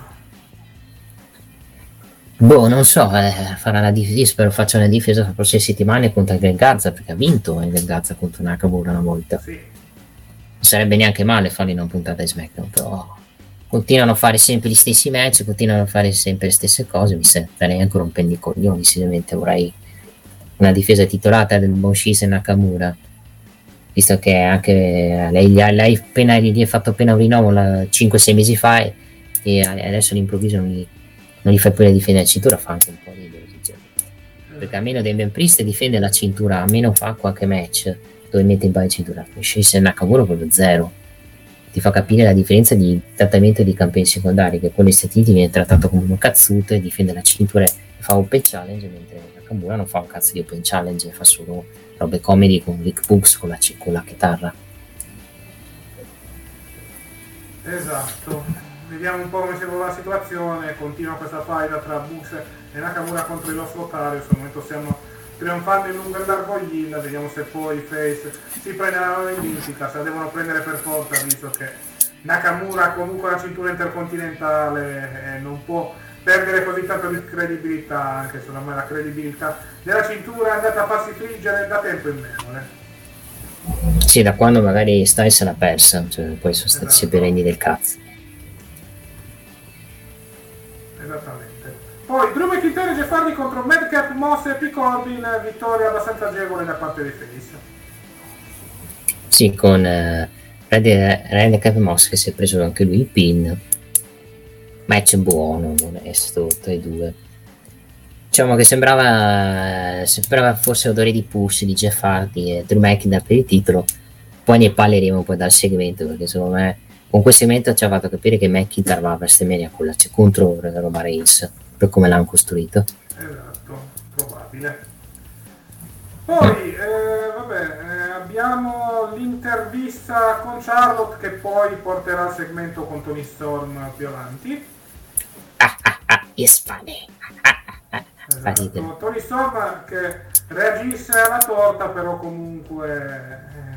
Boh, non so, farà la difesa, spero faccia una difesa per le prossime settimane contro Angel Garza, perché ha vinto Angel Garza contro Nakamura una volta. Sì. Non sarebbe neanche male farli in una puntata di SmackDown, però continuano a fare sempre gli stessi match, continuano a fare sempre le stesse cose, mi starei anche rompendo i coglioni, sicuramente vorrei una difesa titolata del buon Shinsuke Nakamura, visto che anche lei gli ha fatto appena un rinnovo 5-6 mesi fa e adesso all'improvviso non gli fai pure difendere la cintura, fa anche un po' ridere, perché almeno Damian Priest difende la cintura, almeno fa qualche match dove mette in paio di cintura. Shinsuke Nakamura proprio zero. Ti fa capire la differenza di trattamento di campioni secondari, che quello di Stati Uniti viene trattato come un cazzuto e difende la cintura e fa open challenge, mentre Nakamura non fa un cazzo di open challenge, fa solo robe comedy con Rick Books con la chitarra. Esatto. Vediamo un po' come si evolve la situazione. Continua questa faida tra Books e Nakamura contro i Los Lotarios. Al momento stiamo trionfando in lungo e largo gli Hill, vediamo se poi i Face si prenderanno in vindica, se la devono prendere per forza, visto che Nakamura comunque la cintura intercontinentale non può perdere così tanto di credibilità, anche se ormai la credibilità della cintura è andata a farsi friggere da tempo in meno. Sì, da quando magari Styles se l'ha persa, cioè poi sono stati seppelliti del cazzo. Esattamente. Poi Drew McIntyre e Jeff Hardy contro Madcap Moss e P. Corbin, vittoria abbastanza agevole da parte dei face. Sì, con Madcap Moss che si è preso anche lui il pin. Match buono, onesto tra i due. Diciamo che sembrava forse odore di push di Jeff Hardy e Drew McIntyre per il titolo. Poi ne parleremo poi dal segmento, perché secondo me con quel segmento ci ha fatto capire che McIntyre va a WrestleMania contro Roman Reigns, per come l'hanno costruito. Esatto, probabile. Poi abbiamo l'intervista con Charlotte che poi porterà il segmento con Toni Storm più avanti. It's funny. Esatto. Toni Storm che reagisce alla torta, però comunque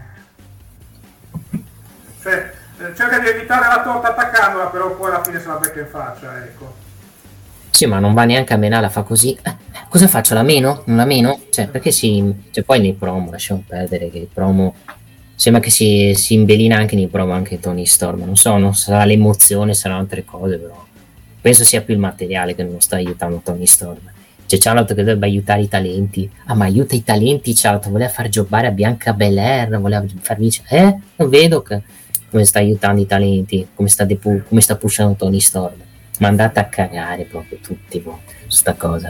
cerca di evitare la torta attaccandola, però poi alla fine se la becca in faccia, ecco. Sì, ma non va neanche a menarla, fa così. Cosa faccio? La meno? Non la meno? Cioè, perché poi nei promo, lasciamo perdere che il promo sembra che si imbellina anche nei promo anche Toni Storm. Non so, non sarà l'emozione, saranno altre cose, però penso sia più il materiale che non sta aiutando Toni Storm. C'è Charlotte che dovrebbe aiutare i talenti. Ma aiuta i talenti Charlotte, voleva far giocare a Bianca Belair, voleva far vincere. Non vedo come sta aiutando i talenti, come sta pushando Toni Storm. Ma andate a cagare proprio tutti su sta cosa.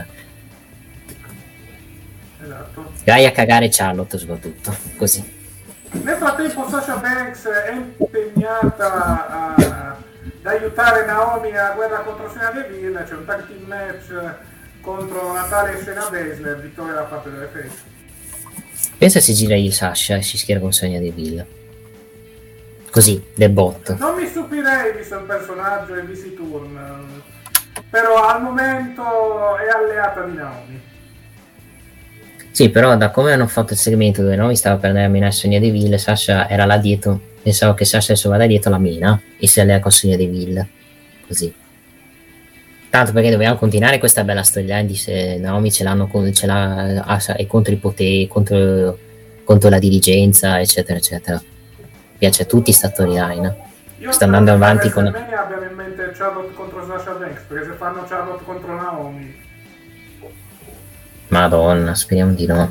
Esatto. Vai a cagare Charlotte soprattutto, così. Nel frattempo Sasha Banks è impegnata ad aiutare Naomi nella guerra contro Shayna Deville. C'è un tag team match contro Natalia e Shayna Baszler, vittoria da parte delle face. Pensa se gira il Sasha e si schiera con Sonya Deville. Così, del botto. Non mi stupirei visto il personaggio e visto i turn, però al momento è alleata di Naomi. Sì, però da come hanno fatto il segmento dove Naomi stava per andare a minare Sonya Deville, Sasha era là dietro, pensavo che Sasha adesso vada dietro la mina e si allea con Sonya Deville. Così. Tanto perché dobbiamo continuare questa bella storyline di se Naomi ce l'ha e contro i poteri, contro la dirigenza, eccetera, eccetera. Piace a tutti sta storyline. Sta andando avanti con... abbiano in mente Charlotte contro Sasha Banks, perché se fanno Charlotte contro Naomi... Madonna, speriamo di no.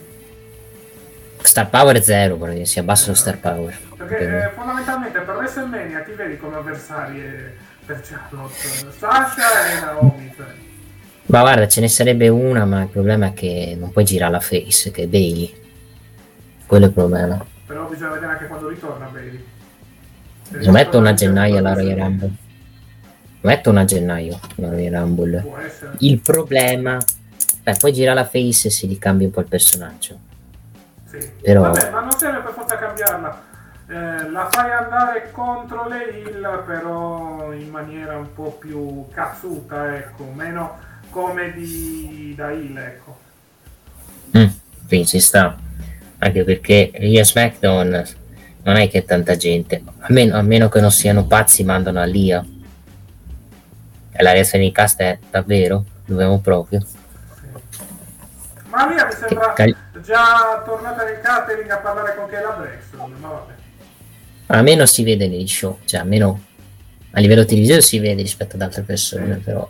Star Power 0, però si abbassa lo Star Power. Perché fondamentalmente per WrestleMania ti vedi come avversari per Charlotte, Sasha e Naomi. Cioè. Ma guarda, ce ne sarebbe una, ma il problema è che non puoi girare la face, che è Bayley. Quello è il problema. Però bisogna vedere anche quando ritorna Bayley. Lo mettono a gennaio alla Royal Rumble. Lo mettono a gennaio alla Royal Rumble. Può essere. Il problema... poi gira la face e si ricambia un po' il personaggio. Sì. Però... Vabbè, ma non serve per forza cambiarla. La fai andare contro le Hill, però in maniera un po' più cazzuta, ecco, meno come da Hill, ecco. Sì, ci sta. Anche perché lì a SmackDown non è che tanta gente, a meno che non siano pazzi, mandano a Lia. E la reazione di cast è davvero? Dobbiamo proprio. Ma Lia mi sembra già tornata nel catering a parlare con Kayla Braxton, ma vabbè. Almeno si vede negli show, cioè almeno a livello televisivo si vede rispetto ad altre persone, però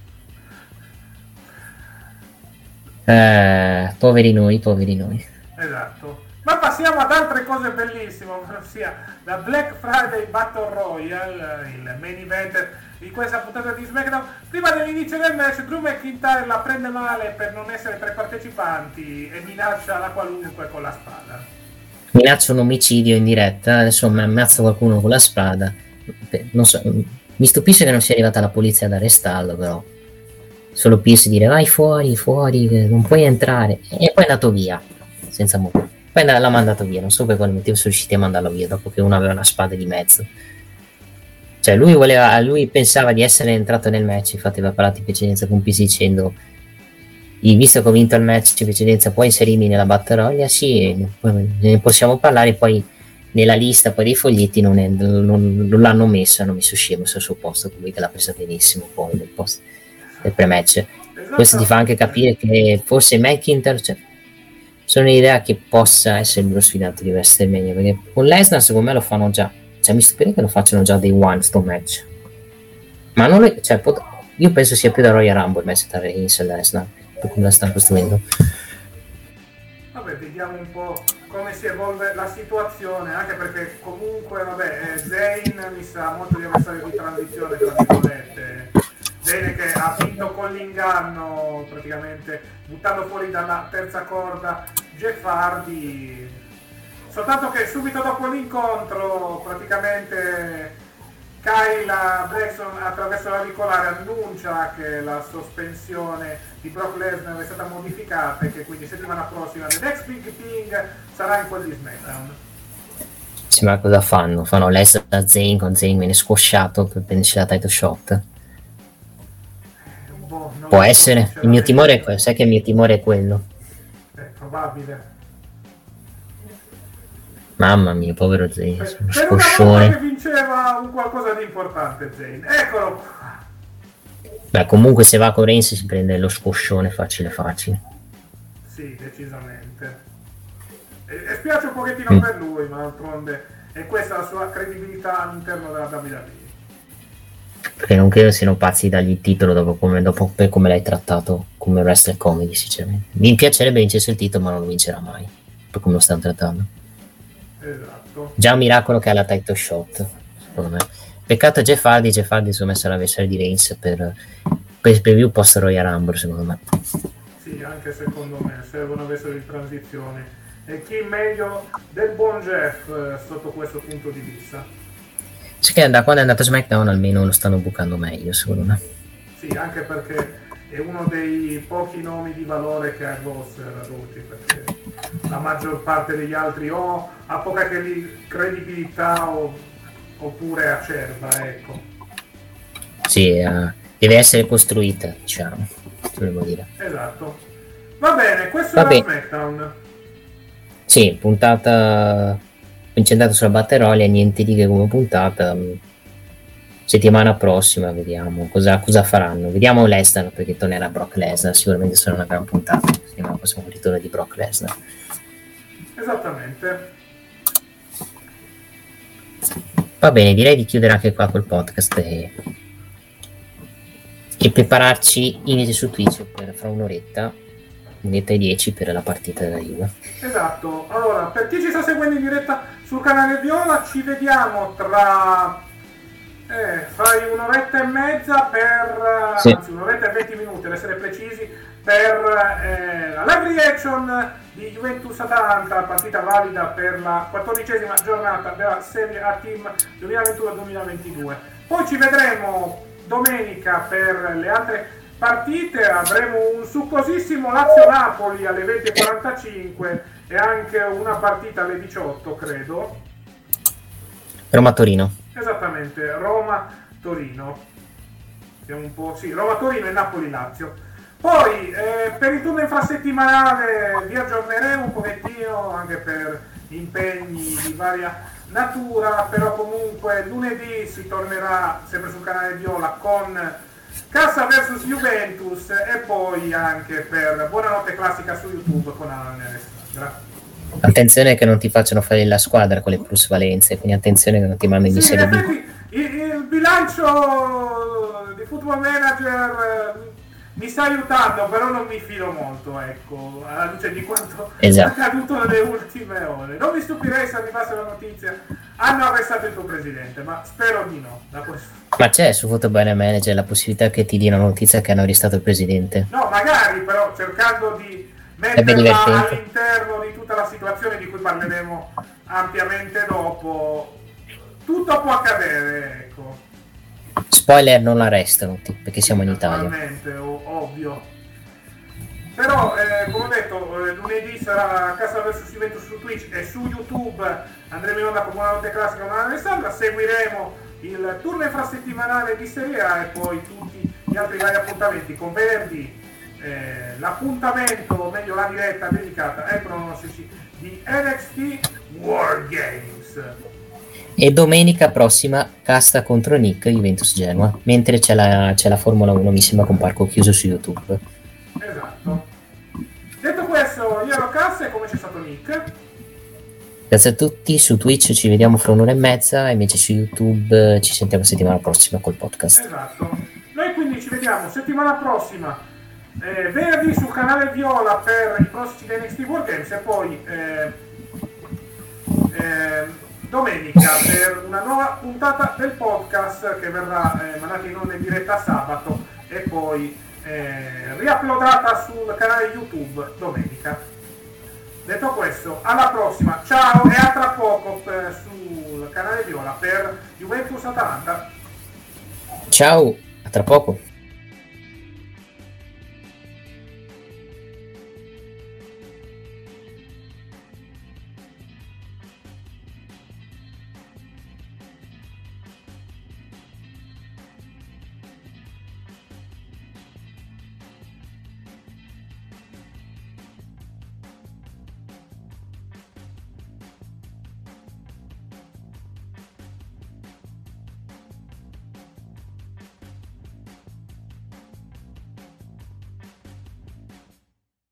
poveri noi. Esatto. Ma passiamo ad altre cose bellissime, ossia la Black Friday Battle Royale, il main event di questa puntata di SmackDown. Prima dell'inizio del match Drew McIntyre la prende male per non essere tra i partecipanti e minaccia la qualunque con la spada. Minaccia un omicidio in diretta, adesso mi ammazza qualcuno con la spada. Non so, mi stupisce che non sia arrivata la polizia ad arrestarlo, però solo Pierce dire vai fuori, non puoi entrare, e poi è andato via senza motivo. Poi l'ha mandato via, non so per quale motivo sono riusciti a mandarlo via dopo che uno aveva una spada di mezzo. Cioè lui pensava di essere entrato nel match, infatti aveva parlato in precedenza con Pierce dicendo visto che ho vinto il match in precedenza puoi inserirmi nella Battle Royale? Sì, ne possiamo parlare. Poi nella lista poi dei foglietti non l'hanno messo, hanno messo scemo sul suo posto, lui che l'ha presa benissimo poi nel posto. del pre-match. Questo ti fa anche capire che forse McIntyre, cioè, sono un'idea che possa essere lo sfidante di WrestleMania, perché con Lesnar secondo me lo fanno già, cioè mi spiega che lo facciano già day one sto match, ma non è, cioè, io penso sia più da Royal Rumble il match tra Reigns e Lesnar, per come la stanno costruendo. Vabbè, vediamo un po' come si evolve la situazione, anche perché comunque, vabbè, Zayn mi sa molto di avversario di transizione, tra virgolette. Zayn che ha vinto con l'inganno, praticamente buttando fuori dalla terza corda Jeff Hardy. Soltanto che subito dopo l'incontro, praticamente Kayla Braxton attraverso l'auricolare annuncia che la sospensione di Brock Lesnar è stata modificata e che quindi settimana prossima The Next Big Thing sarà in quel di SmackDown. Sì, ma cosa fanno? Fanno Lesnar da Zayn, con Zayn viene squasciato per prenderci la title shot? Può essere, il mio timore è quello, sai che il mio timore è quello. È probabile. Mamma mia, povero Zayn, Per una scoscione. volta che vinceva un qualcosa di importante Zayn, eccolo qua. Beh, comunque se va con Reigns si prende lo scoscione facile. Sì, decisamente. E spiace un pochettino per lui, ma d'altronde è questa la sua credibilità all'interno della WWE. Perché non credo siano pazzi dargli il titolo dopo per come l'hai trattato come wrestler comedy, sinceramente. Mi piacerebbe vincere il titolo, ma non lo vincerà mai, per come lo stanno trattando. Esatto. Già un miracolo che ha la title shot, secondo me. Peccato Jeff Hardy insomma sarà l'avversario di Reigns per il preview post Royal Rumble, secondo me. Sì, anche secondo me servono avessero di transizione. E chi meglio del buon Jeff sotto questo punto di vista? Sì, che da quando è andato a SmackDown almeno lo stanno bucando meglio, secondo me. Sì, anche perché è uno dei pochi nomi di valore che ha il roster ad oggi, perché la maggior parte degli altri o ha poca credibilità oppure acerba, ecco. Sì, deve essere costruita, diciamo, volevo dire. Esatto. Va bene, questo Va era bene. SmackDown. Sì, puntata incentrata sulla Battle Royale, niente di che come puntata. Settimana prossima vediamo cosa faranno. Vediamo Lesnar, perché tornerà Brock Lesnar, sicuramente sarà una gran puntata. Settimana prossima un ritorno di Brock Lesnar. Esattamente. Va bene, direi di chiudere anche qua col podcast e prepararci inizio su Twitch per fra un'oretta e 10 per la partita della Juve. Esatto. Allora, per chi ci sta seguendo in diretta sul canale Viola, ci vediamo tra fai un'oretta e mezza per sì. Anzi un'oretta e 20 minuti ad essere precisi per la live reaction di Juventus Atalanta, partita valida per la 14ª giornata della Serie A Team 2021-2022. Poi ci vedremo domenica per le altre partite, avremo un succosissimo Lazio-Napoli alle 20:45 e anche una partita alle 18, credo. Roma-Torino. Esattamente, Roma-Torino. Vediamo un po', sì, Roma-Torino e Napoli-Lazio. Poi per il turno infrasettimanale vi aggiorneremo un pochettino anche per impegni di varia natura, però comunque lunedì si tornerà sempre sul canale Viola con Cassa vs Juventus e poi anche per Buonanotte Classica su YouTube con Alan e Alessandra. Attenzione che non ti facciano fare la squadra con le plusvalenze, quindi attenzione che non ti mandino in Serie B. Il bilancio di Football Manager mi sta aiutando, però non mi fido molto, ecco, alla luce di quanto è accaduto nelle ultime ore. Non mi stupirei se arrivasse la notizia hanno arrestato il tuo presidente, ma spero di no. Ma c'è su Football Manager la possibilità che ti diano notizia che hanno arrestato il presidente? No, magari, però cercando di metterla all'interno di tutta la situazione di cui parleremo ampiamente dopo. Tutto può accadere, ecco. Spoiler, non l'arrestano perché siamo in Italia. Naturalmente, ovvio. Però, come ho detto, lunedì sarà Cassa vs Juventus su Twitch e su YouTube andremo in onda con Buonanotte Classica con Alessandra. Seguiremo il turno infrasettimanale di Serie A e poi tutti gli altri vari appuntamenti con venerdì. L'appuntamento, o meglio la diretta dedicata ai pronostici di NXT War Games. E domenica prossima casta contro Nick, Juventus Genoa, mentre c'è la Formula 1, mi sembra, con parco chiuso su YouTube. Esatto. Detto questo, io ero Cassa e come c'è stato Nick? Grazie a tutti, su Twitch ci vediamo fra un'ora e mezza, e invece su YouTube ci sentiamo settimana prossima col podcast. Esatto. Noi quindi ci vediamo settimana prossima, venerdì sul canale Viola per i prossimi NXT World Games e poi domenica per una nuova puntata del podcast che verrà mandata in onda in diretta sabato e poi riuploadata sul canale YouTube domenica. Detto questo, alla prossima, ciao e a tra poco sul canale Viola per Juventus Atalanta. Ciao, a tra poco.